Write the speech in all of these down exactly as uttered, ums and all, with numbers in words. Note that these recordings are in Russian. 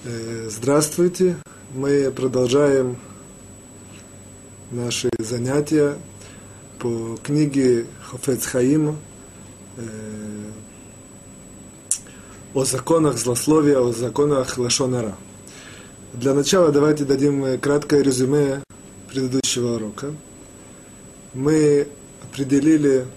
Здравствуйте! Мы продолжаем наши занятия по книге Хафец Хаим о законах злословия, о законах лашон ара. Для начала давайте дадим краткое резюме предыдущего урока. Мы определили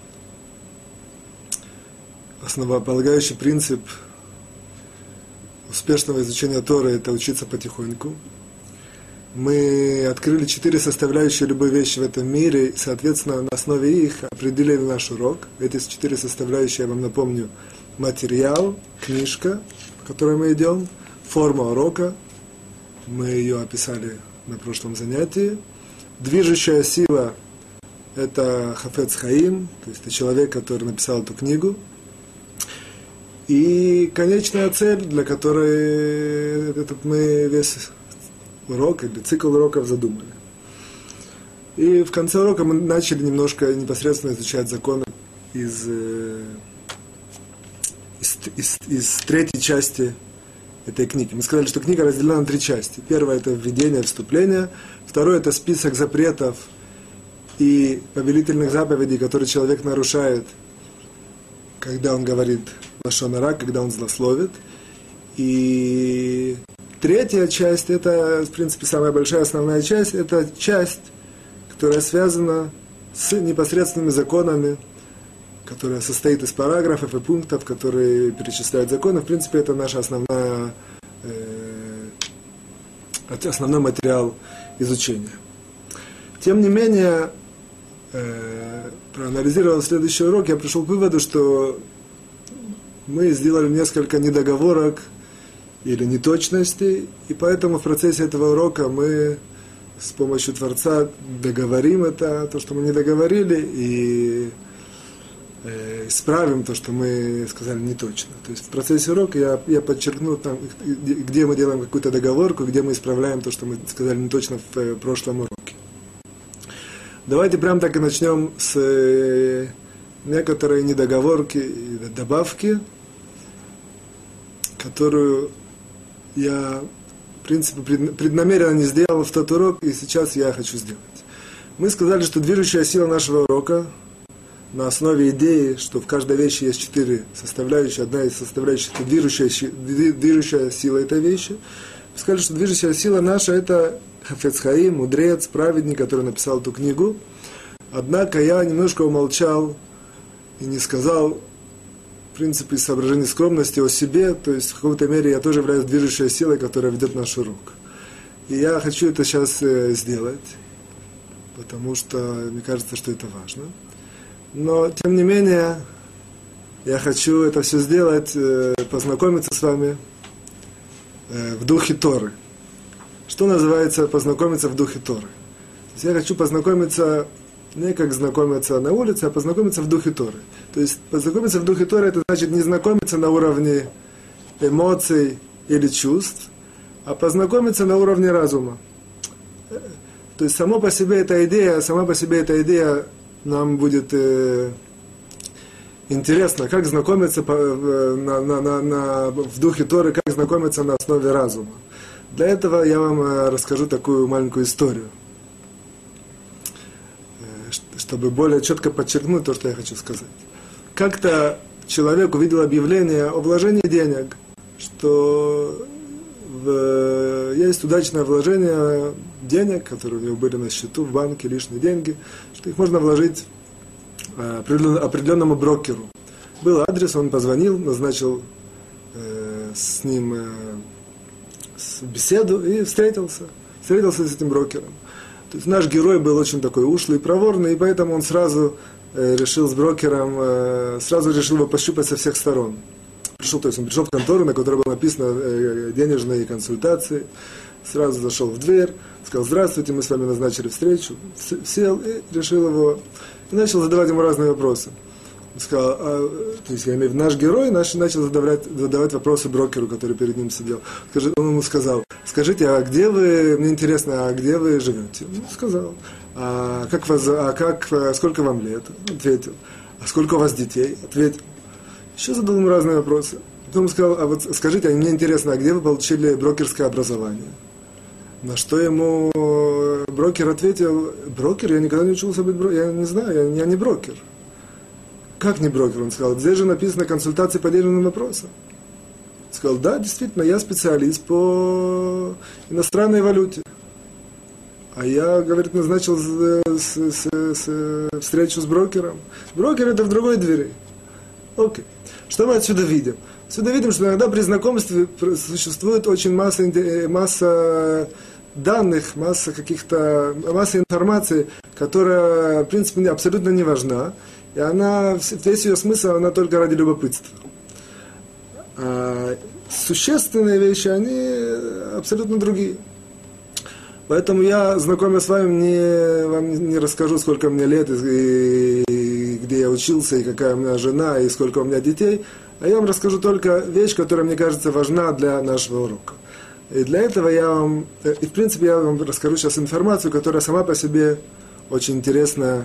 основополагающий принцип успешного изучения Торы – это учиться потихоньку. Мы открыли четыре составляющие любой вещи в этом мире, и, соответственно, на основе их определили наш урок. Эти четыре составляющие, я вам напомню, материал, книжка, по которой мы идем, форма урока, мы ее описали на прошлом занятии, движущая сила – это Хафец Хаим, то есть это человек, который написал эту книгу, и конечная цель, для которой этот мы весь урок или цикл уроков задумали. И в конце урока мы начали немножко непосредственно изучать законы из, из, из, из третьей части этой книги. Мы сказали, что книга разделена на три части. Первая – это введение, вступление. Второе – это список запретов и повелительных заповедей, которые человек нарушает, когда он говорит лашон ара, когда он злословит. И третья часть, это, в принципе, самая большая, основная часть, это часть, которая связана с непосредственными законами, которая состоит из параграфов и пунктов, которые перечисляют законы. В принципе, это наш основная, э, основной материал изучения. Тем не менее, э, проанализировав следующий урок, я пришел к выводу, что мы сделали несколько недоговорок или неточностей, и поэтому в процессе этого урока мы с помощью Творца договорим это, то, что мы не договорили, и э, исправим то, что мы сказали неточно. То есть в процессе урока я, я подчеркну, там, где мы делаем какую-то договорку, где мы исправляем то, что мы сказали неточно в э, прошлом уроке. Давайте прямо так и начнем с э, некоторой недоговорки и добавки, которую я, в принципе, преднамеренно не сделал в тот урок, и сейчас я хочу сделать. Мы сказали, что движущая сила нашего урока на основе идеи, что в каждой вещи есть четыре составляющие. Одна из составляющих – это движущая, движущая сила этой вещи. Мы сказали, что движущая сила наша – это Хафец Хаим, мудрец, праведник, который написал эту книгу. Однако я немножко умолчал и не сказал, в принципе, из соображений скромности о себе, то есть в какой-то мере я тоже являюсь движущей силой, которая ведет наш урок. И я хочу это сейчас э, сделать, потому что мне кажется, что это важно. Но, тем не менее, я хочу это все сделать, э, познакомиться с вами э, в духе Торы. Что называется познакомиться в духе Торы? То есть я хочу познакомиться не как знакомиться на улице, а познакомиться в духе Торы. То есть познакомиться в духе Торы, это значит не знакомиться на уровне эмоций или чувств, а познакомиться на уровне разума. То есть само по себе эта идея, сама по себе эта идея нам будет э, интересно, как знакомиться по, на, на, на, на, в духе Торы, как знакомиться на основе разума. Для этого я вам расскажу такую маленькую историю, чтобы более четко подчеркнуть то, что я хочу сказать. Как-то человек увидел объявление о вложении денег, что в, есть удачное вложение денег, которые у него были на счету в банке, лишние деньги, что их можно вложить определенному брокеру. Был адрес, он позвонил, назначил э, с ним э, беседу и встретился. Встретился с этим брокером. То есть наш герой был очень такой ушлый и проворный, и поэтому он сразу э, решил с брокером, э, сразу решил его пощупать со всех сторон. Пришел, то есть он пришел в контору, на которой было написано э, денежные консультации, сразу зашел в дверь, сказал: здравствуйте, мы с вами назначили встречу, сел и решил его, и начал задавать ему разные вопросы. Он сказал, а, то есть я имею в виду, наш герой наш, начал задавать, задавать вопросы брокеру, который перед ним сидел. Он ему сказал: скажите, а где вы, мне интересно, а где вы живете? Он сказал: а как вас, а как, сколько вам лет? Ответил. А сколько у вас детей? Ответил. Еще задал ему разные вопросы. Потом сказал, а вот скажите, а мне интересно, а где вы получили брокерское образование? На что ему брокер ответил, брокер? Я никогда не учился быть брокером, я не знаю, я, я не брокер. Как не брокер? Он сказал, здесь же написано консультации по денежным вопросам. Сказал, да, действительно, я специалист по иностранной валюте. А я, говорит, назначил с, с, с, встречу с брокером. Брокер это в другой двери. Окей. Что мы отсюда видим? Отсюда видим, что иногда при знакомстве существует очень масса, масса данных, масса каких-то, масса информации, которая, в принципе, абсолютно не важна. И она, весь ее смысл, она только ради любопытства. А существенные вещи, они абсолютно другие. Поэтому я, знакомясь с вами, не, вам не расскажу, сколько мне лет, и, и где я учился, и какая у меня жена, и сколько у меня детей. А я вам расскажу только вещь, которая, мне кажется, важна для нашего урока. И для этого я вам, и в принципе, я вам расскажу сейчас информацию, которая сама по себе очень интересная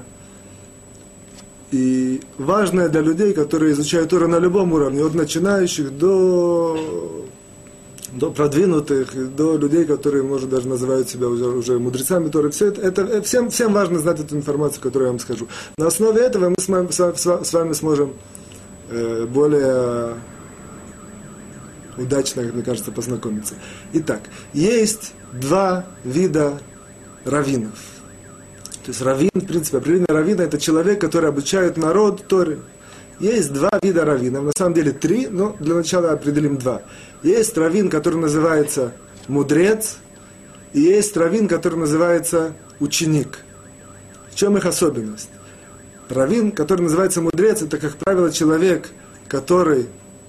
и важная для людей, которые изучают Тору на любом уровне, от начинающих до... до продвинутых, до людей, которые, может, даже называют себя уже, уже мудрецами Торы. Все это, это всем, всем важно знать эту информацию, которую я вам скажу. На основе этого мы с вами, с вами сможем э, более удачно, как мне кажется, познакомиться. Итак, есть два вида раввинов. То есть раввин, в принципе, определение раввина – это человек, который обучает народ Торе. Есть два вида раввинов, на самом деле три, но для начала определим два. Есть раввин, который называется мудрец, и есть раввин, который называется ученик. В чем их особенность? Раввин, который называется мудрец, это, как правило, человек, который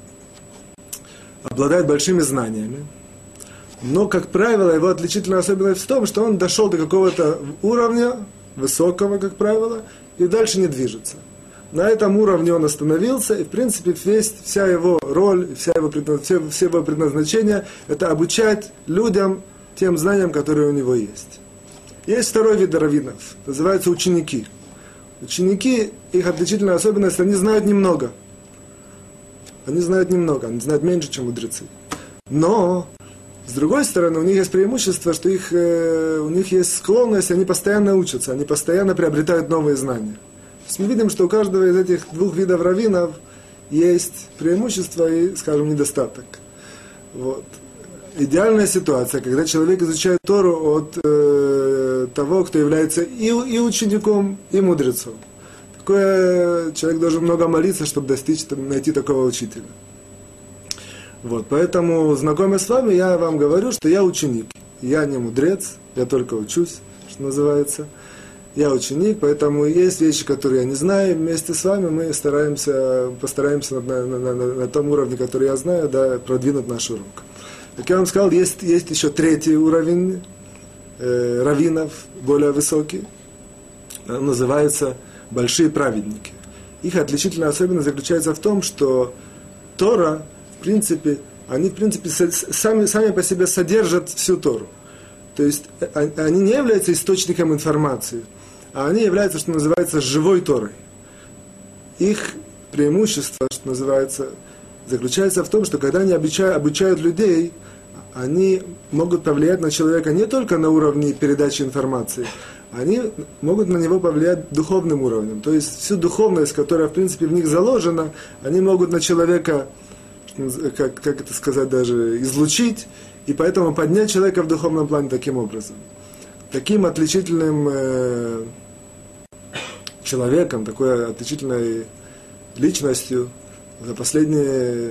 обладает большими знаниями, но, как правило, его отличительная особенность в том, что он дошел до какого-то уровня, высокого, как правило, и дальше не движется. На этом уровне он остановился, и, в принципе, весь, вся его роль, вся его, все, все его предназначение – это обучать людям тем знаниям, которые у него есть. Есть второй вид раввинов, называются ученики. Ученики, их отличительная особенность, они знают немного. Они знают немного, они знают меньше, чем мудрецы. Но, с другой стороны, у них есть преимущество, что их, э, у них есть склонность, они постоянно учатся, они постоянно приобретают новые знания. То есть мы видим, что у каждого из этих двух видов раввинов есть преимущество и, скажем, недостаток. Вот. Идеальная ситуация, когда человек изучает Тору от э, того, кто является и, и учеником, и мудрецом. Такой человек должен много молиться, чтобы достичь, найти такого учителя. Вот. Поэтому, знакомясь с вами, я вам говорю, что я ученик. Я не мудрец, я только учусь, что называется. Я ученик, поэтому есть вещи, которые я не знаю. Вместе с вами мы стараемся, постараемся на, на, на, на том уровне, который я знаю, да, продвинуть наш урок. Как я вам сказал, есть, есть еще третий уровень э, раввинов, более высокий. Он называется большие праведники. Их отличительная особенность заключается в том, что Тора, в принципе, они в принципе сами, сами по себе содержат всю Тору. То есть они не являются источником информации, а они являются, что называется, живой Торой. Их преимущество, что называется, заключается в том, что когда они обучают, обучают людей, они могут повлиять на человека не только на уровне передачи информации, они могут на него повлиять духовным уровнем. То есть всю духовность, которая, в принципе, в них заложена, они могут на человека, как, как это сказать, даже излучить, и поэтому поднять человека в духовном плане таким образом. Таким отличительным э, человеком, такой отличительной личностью за последние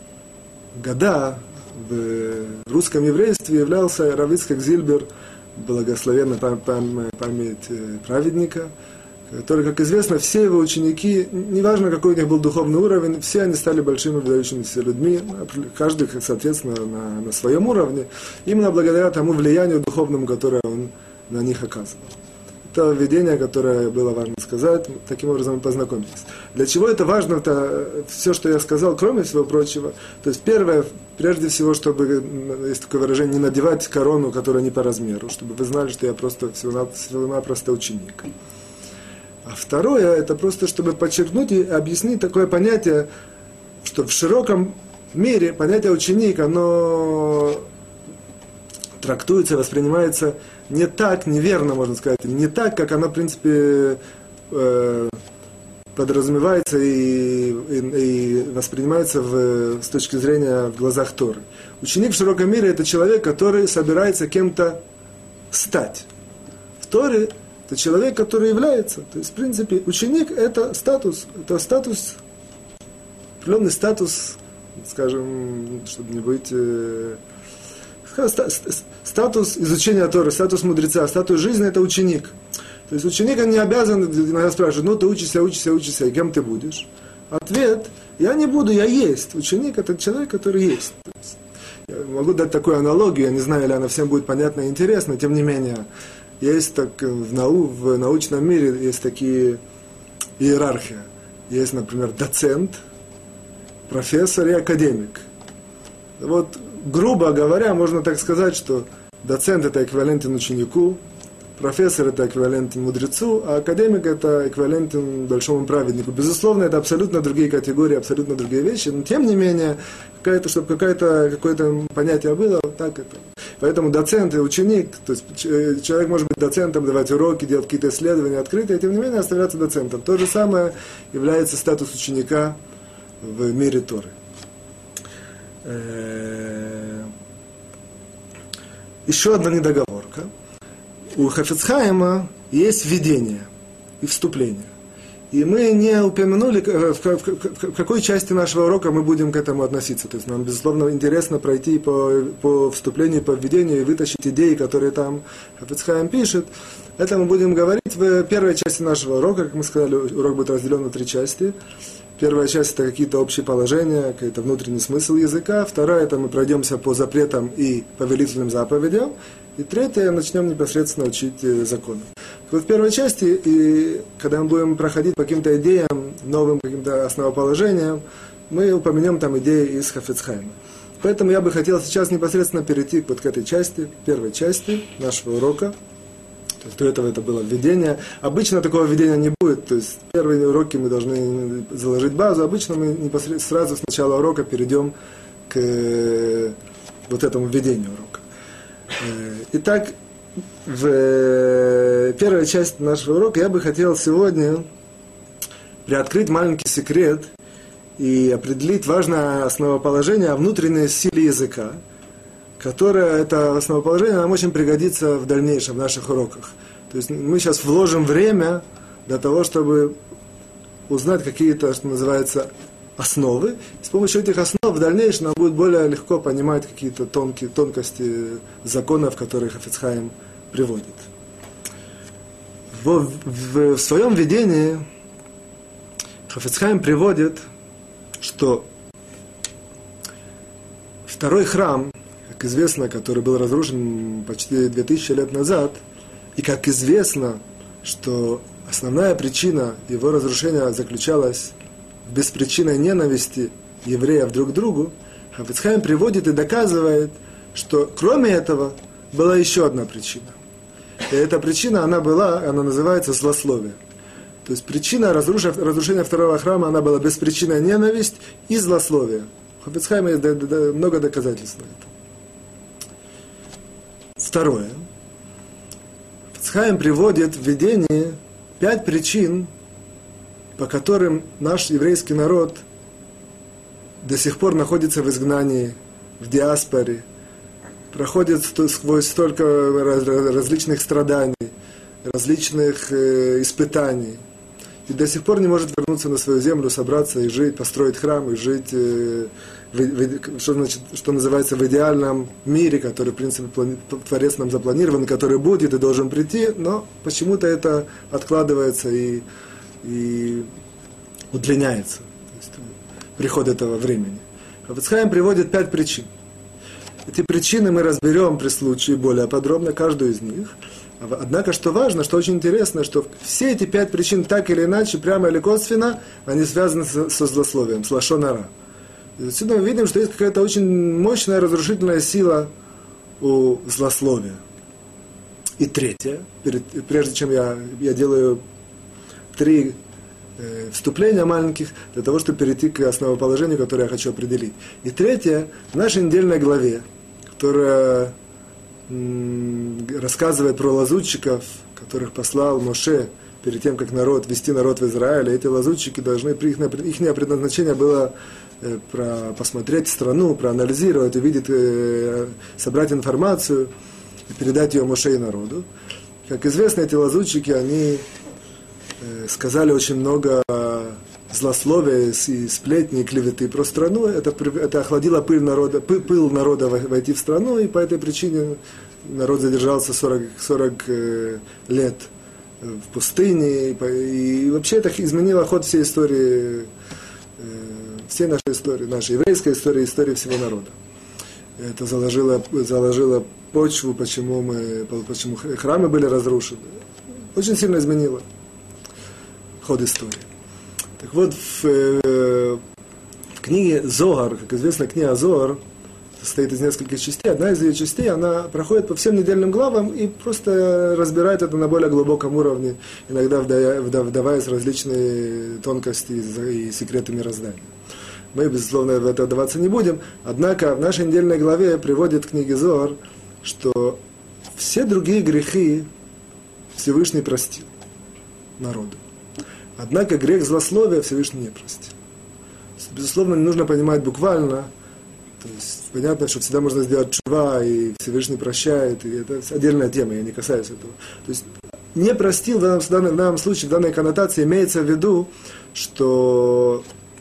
года в русском еврействе являлся Рав Ицхак Зильбер, благословенная память праведника, который, как известно, все его ученики, неважно какой у них был духовный уровень, все они стали большими выдающимися людьми, каждый, соответственно, на, на своем уровне, именно благодаря тому влиянию духовному, которое он на них оказывал. Это введение, которое было важно сказать, таким образом мы познакомились. Для чего это важно, это все, что я сказал, кроме всего прочего. То есть первое, прежде всего, чтобы, есть такое выражение, не надевать корону, которая не по размеру, чтобы вы знали, что я просто всего-напросто ученик. А второе, это просто, чтобы подчеркнуть и объяснить такое понятие, что в широком, в мире понятие ученик, оно трактуется, воспринимается не так, неверно, можно сказать, не так, как оно, в принципе, э, подразумевается и, и, и воспринимается в, с точки зрения в глазах Торы. Ученик в широком мире – это человек, который собирается кем-то стать. В Торе это человек, который является. То есть, в принципе, ученик – это статус, это статус, определенный статус, скажем, чтобы не быть… Э, статус изучения Торы, статус мудреца, статус жизни – это ученик. То есть ученик, он не обязан, иногда спрашивают, ну ты учишься, учишься, учишься, и кем ты будешь? Ответ, я не буду, я есть. Ученик – это человек, который есть. Я могу дать такую аналогию, я не знаю, или она всем будет понятна и интересна, тем не менее, есть так, в, нау, в научном мире есть такие иерархии. Есть, например, доцент, профессор и академик. Вот, грубо говоря, можно так сказать, что доцент – это эквивалентен ученику, профессор – это эквивалентен мудрецу, а академик – это эквивалентен большому праведнику. Безусловно, это абсолютно другие категории, абсолютно другие вещи, но тем не менее, какое-то, чтобы какое-то, какое-то понятие было, так это. Поэтому доцент и ученик, то есть человек может быть доцентом, давать уроки, делать какие-то исследования открытые, тем не менее оставаться доцентом. То же самое является статус ученика в мире Торы. Еще одна недоговорка. У Хафец Хаима есть введение и вступление. И мы не упомянули, в какой части нашего урока мы будем к этому относиться. То есть нам, безусловно, интересно пройти по, по вступлению, по введению и вытащить идеи, которые там Хафец Хаим пишет. Это мы будем говорить в первой части нашего урока. Как мы сказали, урок будет разделен на три части. Первая часть – это какие-то общие положения, какой-то внутренний смысл языка. Вторая – это мы пройдемся по запретам и повелительным заповедям. И третье – начнем непосредственно учить законы. Вот в первой части, и когда мы будем проходить по каким-то идеям, новым каким-то основоположениям, мы упомянем там идеи из Хафец Хаима. Поэтому я бы хотел сейчас непосредственно перейти вот к этой части, первой части нашего урока. То есть до этого это было введение. Обычно такого введения не будет. То есть первые уроки мы должны заложить базу. Обычно мы непосредственно сразу с начала урока перейдем к вот этому введению урока. Итак, в первой части нашего урока я бы хотел сегодня приоткрыть маленький секрет и определить важное основоположение о внутренней силе языка, которое, это основоположение нам очень пригодится в дальнейшем, в наших уроках. То есть мы сейчас вложим время для того, чтобы узнать какие-то, что называется, основы. С помощью этих основ в дальнейшем нам будет более легко понимать какие-то тонкие, тонкости законов, которые Хафец Хаим приводит. В, в, в своем видении Хафец Хаим приводит, что второй храм, как известно, который был разрушен почти две тысячи лет назад, и как известно, что основная причина его разрушения заключалась в беспричинной ненависти евреев друг к другу, Хафец Хаим приводит и доказывает, что кроме этого была еще одна причина. И эта причина, она была, она называется злословие. То есть причина разрушения второго храма, она была беспричинная ненависть и злословие. У Хафец Хаима есть много доказательств на это. Второе. Хафец Хаим приводит в видении пять причин, по которым наш еврейский народ до сих пор находится в изгнании, в диаспоре, проходит сквозь столько различных страданий, различных испытаний, и до сих пор не может вернуться на свою землю, собраться и жить, построить храм, и жить, что, значит, что называется, в идеальном мире, который, в принципе, Творец нам запланирован, который будет и должен прийти, но почему-то это откладывается и и удлиняется, то есть приход этого времени. Хафец Хаим приводит пять причин. Эти причины мы разберем при случае более подробно, каждую из них. Однако, что важно, что очень интересно, что все эти пять причин, так или иначе, прямо или косвенно, они связаны со, со злословием, с лашон ара. Отсюда мы видим, что есть какая-то очень мощная разрушительная сила у злословия. И третье, перед, прежде чем я, я делаю три э, вступления маленьких, для того, чтобы перейти к основоположению, которое я хочу определить. И третье, в нашей недельной главе, которая м- рассказывает про лазутчиков, которых послал Моше перед тем, как народ, вести народ в Израиль, эти лазутчики должны, их, их предназначение было э, про, посмотреть страну, проанализировать, увидеть, э, собрать информацию и передать ее Моше и народу. Как известно, эти лазутчики, они э, сказали очень много злословия и сплетни, и клеветы про страну. Это, это охладило пыл народа, пыл, пыл народа войти в страну, и по этой причине народ задержался сорок, сорок э, лет в пустыне, и, и вообще это изменило ход всей истории, э, всей нашей истории, нашей еврейской истории, истории всего народа. Это заложило, заложило почву, почему, мы, почему храмы были разрушены. Очень сильно изменило ход истории. Так вот, в, э, в книге Зоар, как известно, книга Зоар состоит из нескольких частей. Одна из ее частей, она проходит по всем недельным главам и просто разбирает это на более глубоком уровне, иногда вдаваясь в различные тонкости и секреты мироздания. Мы, безусловно, в это вдаваться не будем. Однако в нашей недельной главе приводит в книге Зоар, что все другие грехи Всевышний простил народу. Однако грех злословия Всевышний не простил. Безусловно, не нужно понимать буквально. То есть понятно, что всегда можно сделать чува, и Всевышний прощает, и это отдельная тема, я не касаюсь этого. То есть не простил в данном, в данном, в данном случае, в данной коннотации имеется в виду, что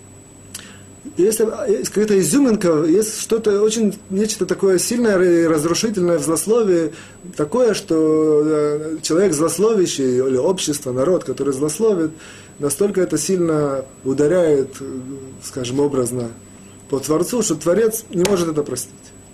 есть, есть какая-то изюминка, есть что-то очень, нечто такое сильное и разрушительное в злословии, такое, что человек злословящий, или общество, народ, который злословит, настолько это сильно ударяет, скажем, образно по Творцу, что Творец не может это простить.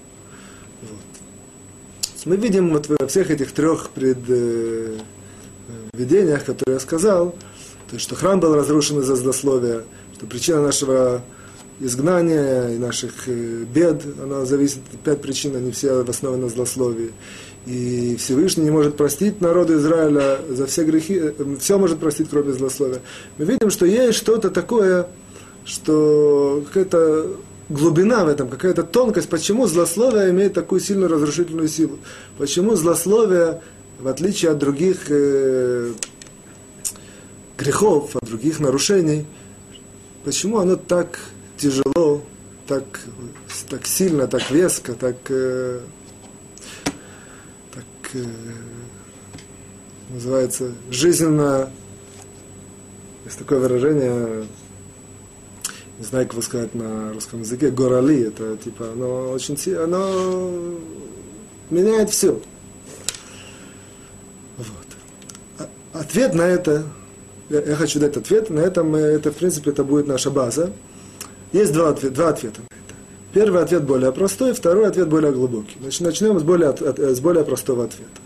Вот. Мы видим вот во всех этих трех предвидениях, которые я сказал, то есть, что храм был разрушен из-за злословия, что причина нашего изгнания и наших бед, она зависит, пять причин, они все основаны на злословии. И Всевышний не может простить народу Израиля за все грехи, все может простить, кроме злословия. Мы видим, что есть что-то такое, что какая-то глубина в этом, какая-то тонкость, почему злословие имеет такую сильную разрушительную силу. Почему злословие, в отличие от других э, грехов, от других нарушений, почему оно так тяжело, так, так сильно, так веско, так, э, так э, называется, жизненно, есть такое выражение, не знаю, как его сказать на русском языке, горали, это типа, оно очень, оно меняет все. Вот. Ответ на это, я, я хочу дать ответ, на этом, это, в принципе, это будет наша база. Есть два, ответ, два ответа на это. Первый ответ более простой, второй ответ более глубокий. Значит, начнем с более, от, с более простого ответа.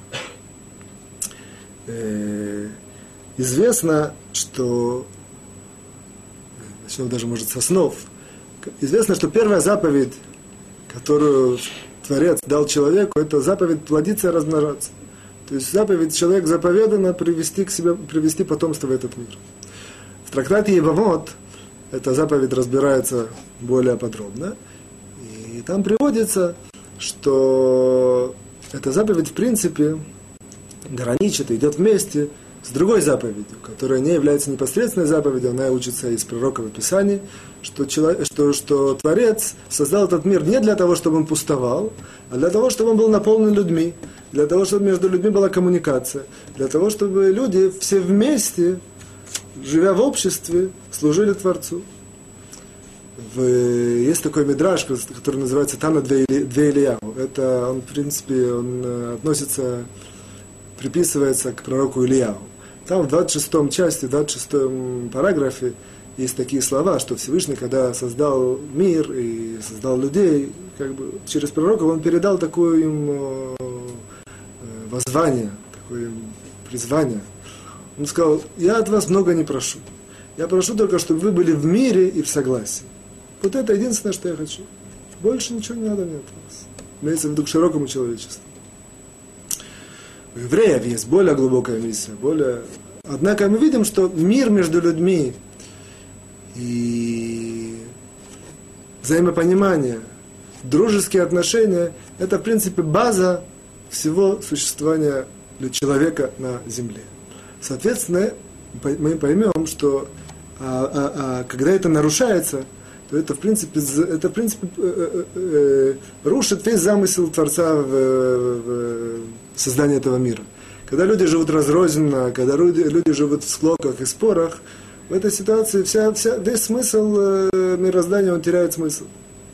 Э, известно, что начнем даже, может, с основ. Известно, что первая заповедь, которую Творец дал человеку, это заповедь плодиться и размножаться. То есть заповедь человек заповедана привести к себе, привести потомство в этот мир. В трактате Евамот эта заповедь разбирается более подробно. И там приводится, что эта заповедь, в принципе, граничит, идет вместе с другой заповедью, которая не является непосредственной заповедью, она учится из пророков и Писаний, что, человек, что, что Творец создал этот мир не для того, чтобы он пустовал, а для того, чтобы он был наполнен людьми, для того, чтобы между людьми была коммуникация, для того, чтобы люди все вместе, живя в обществе, служили Творцу. В, есть такой мидраш, который называется «Тана две Ильяу». Это, он, в принципе, он относится, приписывается к пророку Ильяу. Там в двадцать шестой части, в двадцать шестом параграфе есть такие слова, что Всевышний, когда создал мир и создал людей, как бы через пророков он передал такое им воззвание, такое им призвание. Он сказал: я от вас много не прошу. Я прошу только, чтобы вы были в мире и в согласии. Вот это единственное, что я хочу. Больше ничего не надо мне от вас. Имеется в виду к широкому человечеству. У евреев есть более глубокая миссия, более... Однако мы видим, что мир между людьми И взаимопонимание, дружеские отношения – это, в принципе, база всего существования для человека на земле. Соответственно, мы поймем, что а, а, а, когда это нарушается, то это, в принципе, это, в принципе э, э, э, рушит весь замысел Творца в, в создании этого мира. Когда люди живут разрозненно, когда люди, люди живут в склоках и спорах, в этой ситуации вся, вся, весь смысл э, мироздания, он теряет смысл.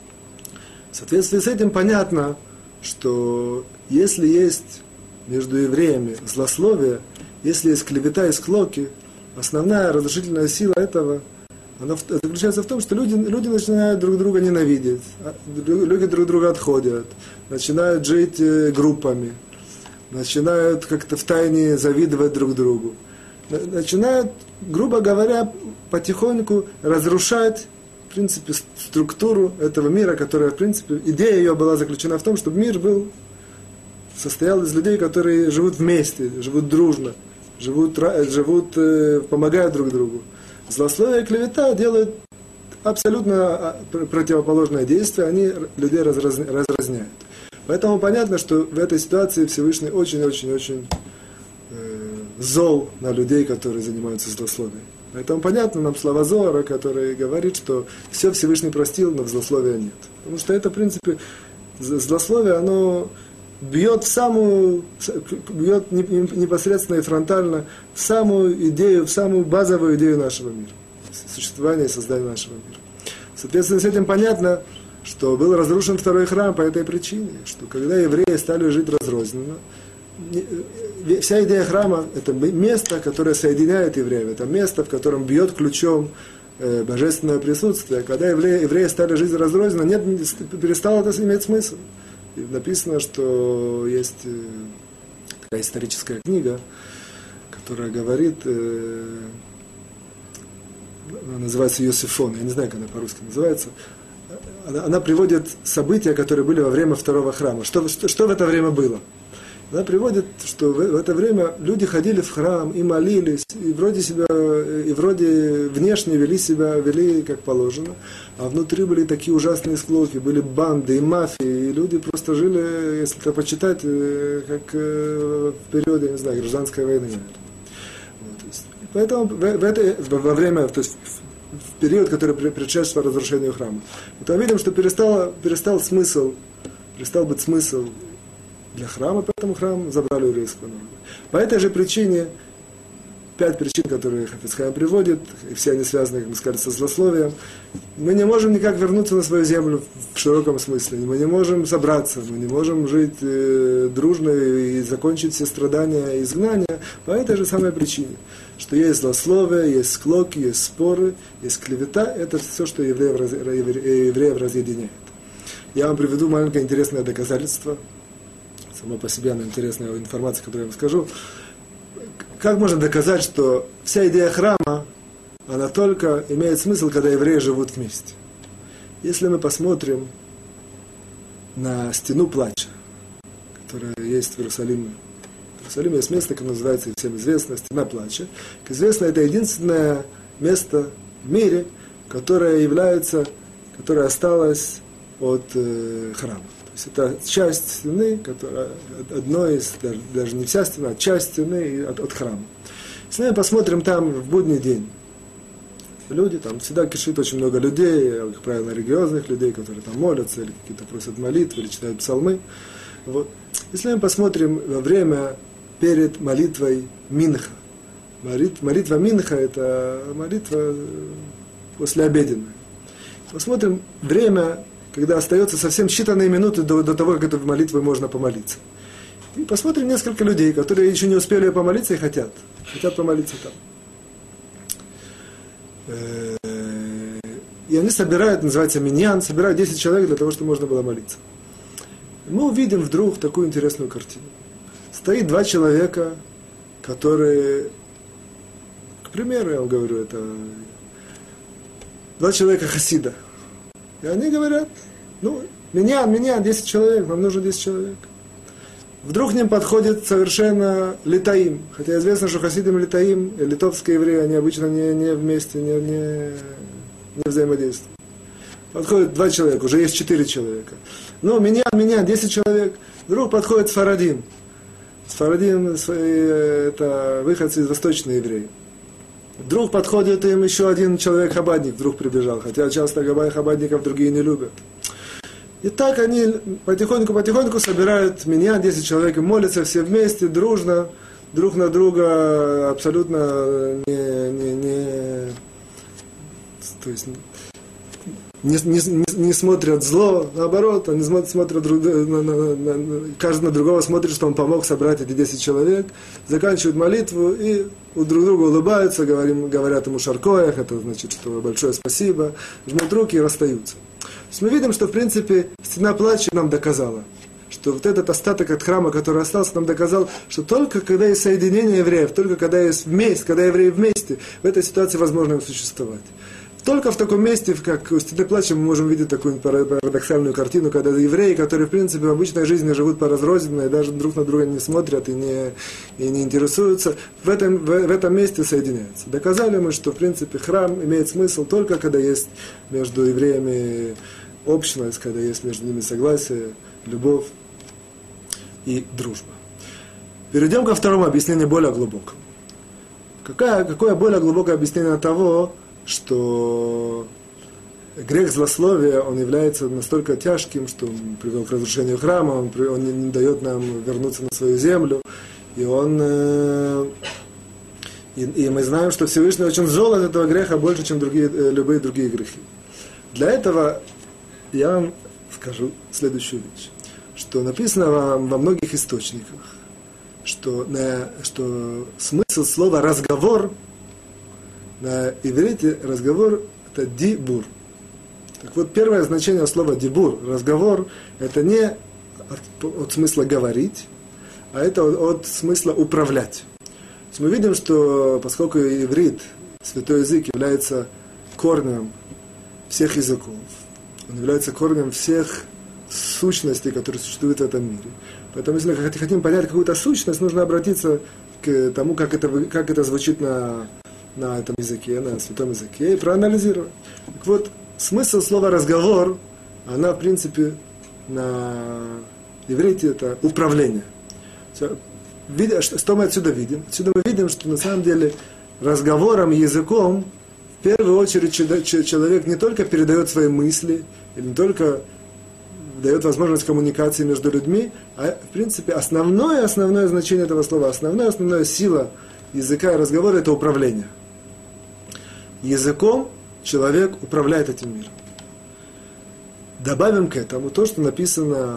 В соответствии с этим понятно, что если есть между евреями злословие, если есть клевета и склоки, основная разрушительная сила этого, она заключается в том, что люди, люди начинают друг друга ненавидеть, люди друг друга отходят, начинают жить группами, начинают как-то втайне завидовать друг другу, начинают, грубо говоря, потихоньку разрушать, в принципе, структуру этого мира, которая, в принципе, идея ее была заключена в том, чтобы мир был, состоял из людей, которые живут вместе, живут дружно, живут, живут помогают друг другу. Злословие и клевета делают абсолютно противоположное действие, они людей разразняют. Поэтому понятно, что в этой ситуации Всевышний очень-очень-очень э, зол на людей, которые занимаются злословием. Поэтому понятно нам слова Зоара, который говорит, что все Всевышний простил, но злословия нет. Потому что это, в принципе, злословие, оно бьет в самую, бьет непосредственно и фронтально в самую идею, в самую базовую идею нашего мира, существования и создания нашего мира. Соответственно, с этим понятно, что был разрушен второй храм по этой причине, что когда евреи стали жить разрозненно, вся идея храма – это место, которое соединяет евреев, это место, в котором бьет ключом э, божественное присутствие. Когда евреи, евреи стали жить разрозненно, нет, перестало это иметь смысл. И написано, что есть э, такая историческая книга, которая говорит, э, она называется Йосифон, я не знаю, как она по-русски называется. Она, она приводит события, которые были во время второго храма. Что, что, что в это время было? Она приводит, что в, в это время люди ходили в храм и молились, и вроде себя, и вроде внешне вели себя, вели как положено, а внутри были такие ужасные склоки, были банды и мафии, и люди просто жили, если это почитать, как в периоде, не знаю, гражданской войны, наверное. Вот, то есть, поэтому в, в это, во время, то есть в период, который предшествовал разрушению храма, мы видим, что перестал, перестал смысл, перестал быть смысл для храма, поэтому храм забрали у еврейского народа. По этой же причине, пять причин, которые Хафец Хаим приводит, и все они связаны, как мы сказали, со злословием, мы не можем никак вернуться на свою землю в широком смысле, мы не можем собраться, мы не можем жить э, дружно и закончить все страдания и изгнания по этой же самой причине, что есть злословие, есть склоки, есть споры, есть клевета, это все, что евреев, раз, евреев разъединяет. Я вам приведу маленькое интересное доказательство, само по себе она интересная информация, которую я вам скажу. Как можно доказать, что вся идея храма, она только имеет смысл, когда евреи живут вместе? Если мы посмотрим на стену плача, которая есть в Иерусалиме. В Иерусалиме есть место, которое называется, всем известно, стена плача. Как известно, это единственное место в мире, которое является, которое осталось от э, храма. То есть это часть стены, которая одной из, даже, даже не вся стена, а часть стены от, от храма. Если мы посмотрим там в будний день, люди, там всегда кишит очень много людей, как правило, религиозных людей, которые там молятся, или какие-то просят молитвы, или читают псалмы. Вот. Если мы посмотрим во время перед молитвой Минха, молитва Минха – это молитва послеобеденная. Посмотрим время, когда остается совсем считанные минуты до, до того, как этой молитвой можно помолиться. И посмотрим несколько людей, которые еще не успели помолиться и хотят. Хотят помолиться там. И они собирают, называется миньян, собирают десять человек для того, чтобы можно было молиться. И мы увидим вдруг такую интересную картину. Стоит два человека, которые, к примеру, я вам говорю, это два человека хасида. И они говорят, ну, меня, меня, десять человек, нам нужно десять человек. Вдруг к ним подходит совершенно литаим. Хотя известно, что хасидим и литаим, литовские евреи, они обычно не, не вместе, не, не, не взаимодействуют. Подходит два человека, уже есть четыре человека. Ну, меня, меня, десять человек. Вдруг подходит Сфарадим. Сфарадим – это выходцы из восточной евреи. Вдруг подходит им еще один человек-хабадник, вдруг прибежал. Хотя часто хабадников другие не любят. И так они потихоньку-потихоньку собирают меня, десять человек, и молятся все вместе, дружно, друг на друга, абсолютно не, не, не, то есть не, не, не смотрят зло, наоборот, они смотрят, смотрят друг, на, на, на, каждый на другого смотрит, что он помог собрать эти десять человек, заканчивают молитву и у друг друга улыбаются, говорим, говорят ему шаркоях, это значит, что большое спасибо, жмут руки и расстаются. То есть мы видим, что в принципе стена плача нам доказала, что вот этот остаток от храма, который остался, нам доказал, что только когда есть соединение евреев, только когда есть вместе, когда евреи вместе, в этой ситуации возможно им существовать. Только в таком месте, как у стены плача, мы можем видеть такую парадоксальную картину, когда евреи, которые, в принципе, в обычной жизни живут по-разрозненно, и даже друг на друга не смотрят и не, и не интересуются, в этом, в, в этом месте соединяются. Доказали мы, что, в принципе, храм имеет смысл только когда есть между евреями общность, когда есть между ними согласие, любовь и дружба. Перейдем ко второму объяснению, более глубокому. Какое, какое более глубокое объяснение того, что грех злословия, он является настолько тяжким, что он привел к разрушению храма, он, он не, не дает нам вернуться на свою землю, и он э, и, и мы знаем, что Всевышний очень зол от этого греха больше, чем другие, э, любые другие грехи. Для этого я вам скажу следующую вещь, что написано во, во многих источниках, что, на, что смысл слова «разговор» на иврите разговор – это дибур. Так вот, первое значение слова дибур, разговор, это не от, от смысла говорить, а это от, от смысла управлять. То есть мы видим, что поскольку иврит, святой язык, является корнем всех языков, он является корнем всех сущностей, которые существуют в этом мире. Поэтому, если мы хотим понять какую-то сущность, нужно обратиться к тому, как это, как это звучит на на этом языке, на святом языке, и проанализировать. Так вот, смысл слова «разговор», она, в принципе, на иврите это управление. Что мы отсюда видим? Отсюда мы видим, что на самом деле разговором, языком, в первую очередь человек не только передает свои мысли, или не только дает возможность коммуникации между людьми, а, в принципе, основное, основное значение этого слова, основная, основная сила языка и разговора – это управление. Языком человек управляет этим миром. Добавим к этому то, что написано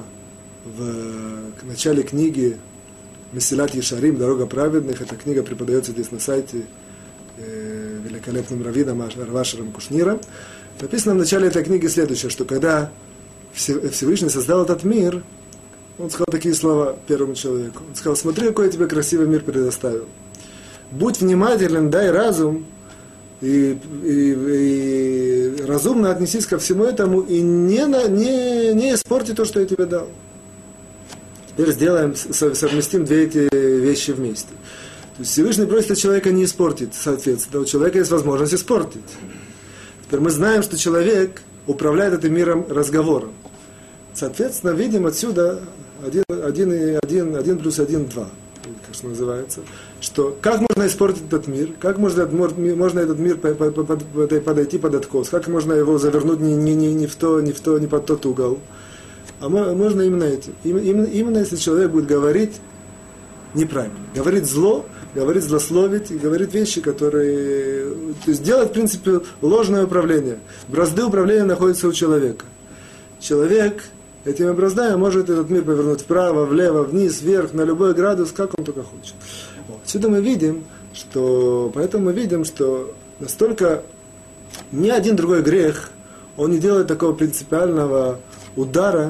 в начале книги «Месилат Ешарим. Дорога праведных». Эта книга преподается здесь на сайте э, великолепным раввином Равашером Кушниром. Написано в начале этой книги следующее, что когда Всевышний создал этот мир, он сказал такие слова первому человеку. Он сказал: смотри, какой я тебе красивый мир предоставил. Будь внимателен, дай разум, и, и, и разумно отнесись ко всему этому, и не, на, не, не испорти то, что я тебе дал. Теперь сделаем, совместим две эти вещи вместе. То есть Всевышний просит от человека не испортить, соответственно, у человека есть возможность испортить. Теперь мы знаем, что человек управляет этим миром разговором. Соответственно, видим отсюда один, один, один, один плюс один, два. Как что называется, что как можно испортить этот мир, как можно, можно этот мир подойти под откос, как можно его завернуть не, не, не, не в то, не в то, не под тот угол. А можно именно этим. Именно, именно если человек будет говорить неправильно, говорить зло, говорить злословить, и говорить вещи, которые... То есть делать, в принципе, ложное управление. Бразды управления находятся у человека. Человек этими браздами может этот мир повернуть вправо, влево, вниз, вверх, на любой градус, как он только хочет. Вот. Отсюда мы видим, что... Поэтому мы видим, что настолько ни один другой грех, он не делает такого принципиального удара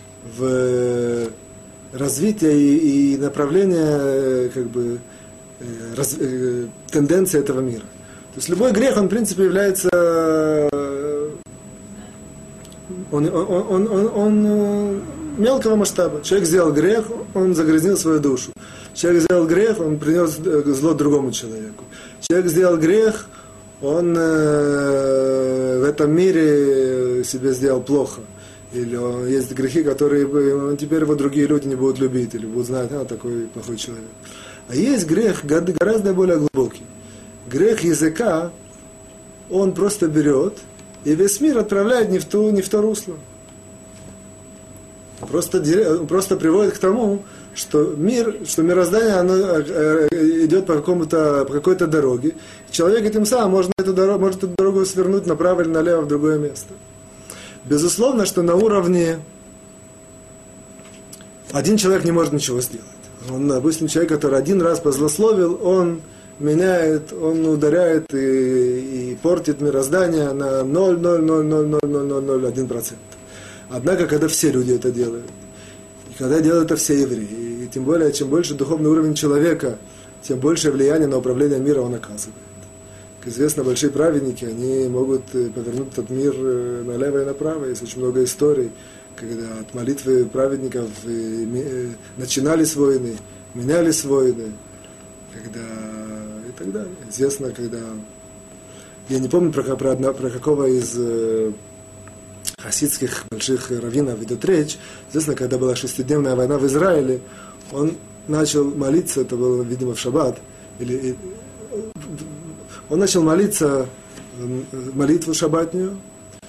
в развитие и, и направление, как бы, раз, тенденции этого мира. То есть любой грех, он, в принципе, является... Он, он, он, он, он мелкого масштаба. Человек сделал грех, он загрязнил свою душу. Человек сделал грех, он принес зло другому человеку. Человек сделал грех, он э, в этом мире себе сделал плохо. Или он, есть грехи, которые он, теперь его другие люди не будут любить, или будут знать, а, такой плохой человек. А есть грех гораздо более глубокий. Грех языка, он просто берет и весь мир отправляет не в ту, не в то русло. Просто, просто приводит к тому, что мир, что мироздание, оно идет по, какому-то, по какой-то дороге. Человек этим самым может эту дорогу, может эту дорогу свернуть направо или налево в другое место. Безусловно, что на уровне один человек не может ничего сделать. Он, допустим, человек, который один раз позлословил, он меняет, он ударяет и, и портит мироздание на ноль целых ноль ноль ноль ноль ноль ноль один процент. Однако, когда все люди это делают, и когда делают это все евреи, и тем более, чем больше духовный уровень человека, тем больше влияние на управление миром он оказывает. Как известно, большие праведники, они могут повернуть этот мир налево и направо. Есть очень много историй, когда от молитвы праведников начинались войны, менялись войны, когда и так далее. Известно, когда... Я не помню, про, про, про какого из э, хасидских больших раввинов идет речь. Известно, когда была шестидневная война в Израиле, он начал молиться, это было, видимо, в шаббат, или, он начал молиться молитву шаббатную,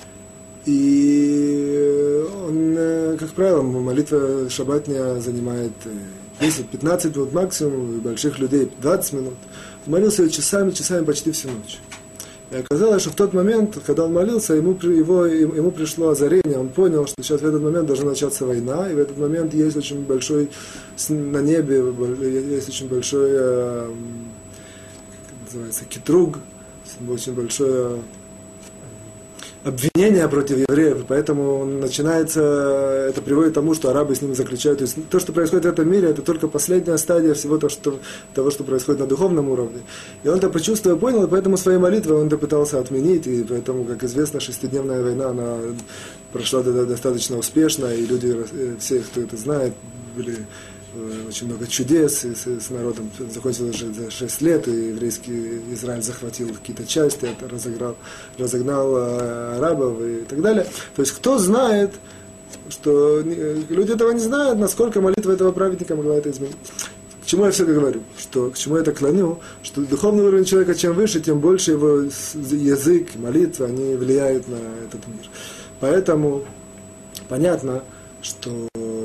и он, как правило, молитва шаббатная занимает десять-пятнадцать минут максимум, у больших людей двадцать минут. Он молился ее часами, часами почти всю ночь. И оказалось, что в тот момент, когда он молился, ему, его, ему пришло озарение, он понял, что сейчас в этот момент должна начаться война, и в этот момент есть очень большой, на небе есть очень большой, как называется, китруг, очень большое обвинение против евреев, поэтому начинается, это приводит к тому, что арабы с ними заключают. То есть то, что происходит в этом мире, это только последняя стадия всего того, что, того, что происходит на духовном уровне. И он это почувствовал, понял, и поэтому своей молитвой он это пытался отменить, и поэтому, как известно, шестидневная война, она прошла достаточно успешно, и люди, все, кто это знает, были очень много чудес с, с народом. Закончилось уже за шесть лет, и еврейский Израиль захватил какие-то части, это разыграл, разогнал арабов и так далее. То есть кто знает, что люди этого не знают, насколько молитва этого праведника могла это изменить. К чему я все это говорю? Что, к чему я это клоню? Что духовный уровень человека чем выше, тем больше его язык, молитва, они влияют на этот мир. Поэтому понятно, что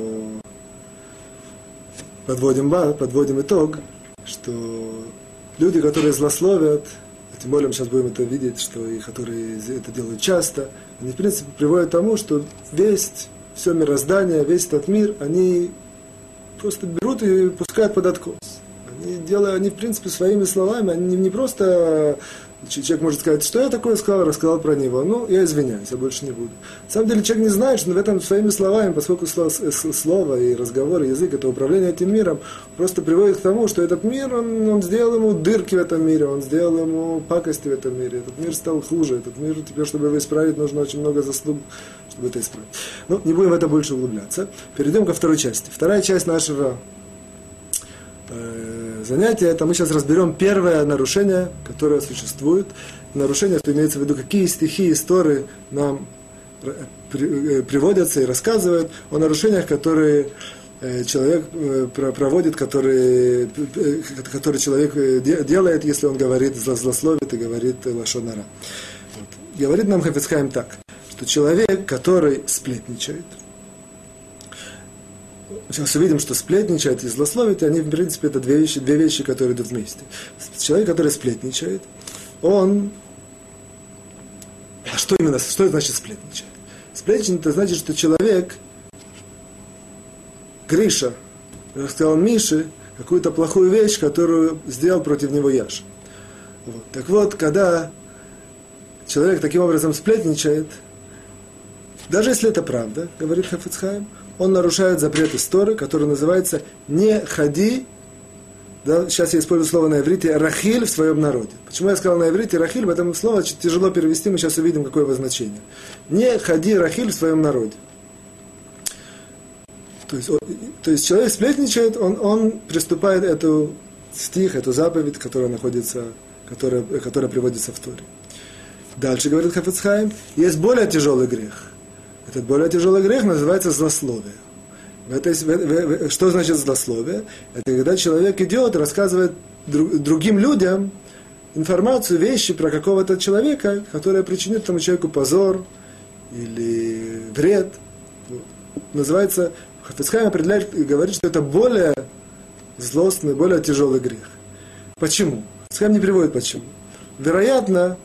Подводим, подводим итог, что люди, которые злословят, тем более мы сейчас будем это видеть, что и которые это делают часто, они, в принципе, приводят к тому, что весь, все мироздание, весь этот мир, они просто берут и пускают под откос. Они делают, они, в принципе, своими словами, они не просто... Человек может сказать, что я такое сказал, рассказал про него. Ну, я извиняюсь, я больше не буду. На самом деле человек не знает, что в этом своими словами, поскольку слово, слово и разговор, и язык, это управление этим миром, просто приводит к тому, что этот мир, он, он сделал ему дырки в этом мире, он сделал ему пакости в этом мире. Этот мир стал хуже. Этот мир, теперь, чтобы его исправить, нужно очень много заслуг, чтобы это исправить. Ну, не будем в это больше углубляться. Перейдем ко второй части. Вторая часть нашего занятия, это мы сейчас разберем первое нарушение, которое существует. Нарушение, что имеется в виду, какие стихи истории нам приводятся и рассказывают о нарушениях, которые человек проводит, которые, которые человек делает, если он говорит, злословит и говорит лашон ара. Вот. Говорит нам Хафец Хаим так, что человек, который сплетничает, сейчас увидим, что сплетничает и злословит, и они, в принципе, это две вещи, две вещи, которые идут вместе. Человек, который сплетничает, он... А что именно, что это значит сплетничает? Сплетничает, это значит, что человек, Гриша, рассказал Мише какую-то плохую вещь, которую сделал против него Яша. Вот. Так вот, когда человек таким образом сплетничает, даже если это правда, говорит Хафец Хаим, он нарушает запрет истории, который называется «не ходи», да, сейчас я использую слово на иврите, «рахиль» в своем народе. Почему я сказал на иврите «рахиль»? В этом слово тяжело перевести, мы сейчас увидим, какое его значение. «Не ходи, рахиль» в своем народе. То есть, то есть человек сплетничает, он, он приступает эту стих, эту заповедь, которая находится которая, которая приводится в Торе. Дальше говорит Хафец Хаим, есть более тяжелый грех. Этот более тяжелый грех называется злословие. Это, что значит злословие? Это когда человек идет и рассказывает друг, другим людям информацию, вещи про какого-то человека, которая причинит этому человеку позор или вред. Называется, Хафец Хаим определяет и говорит, что это более злостный, более тяжелый грех. Почему? Хафец Хаим не приводит почему. Вероятно,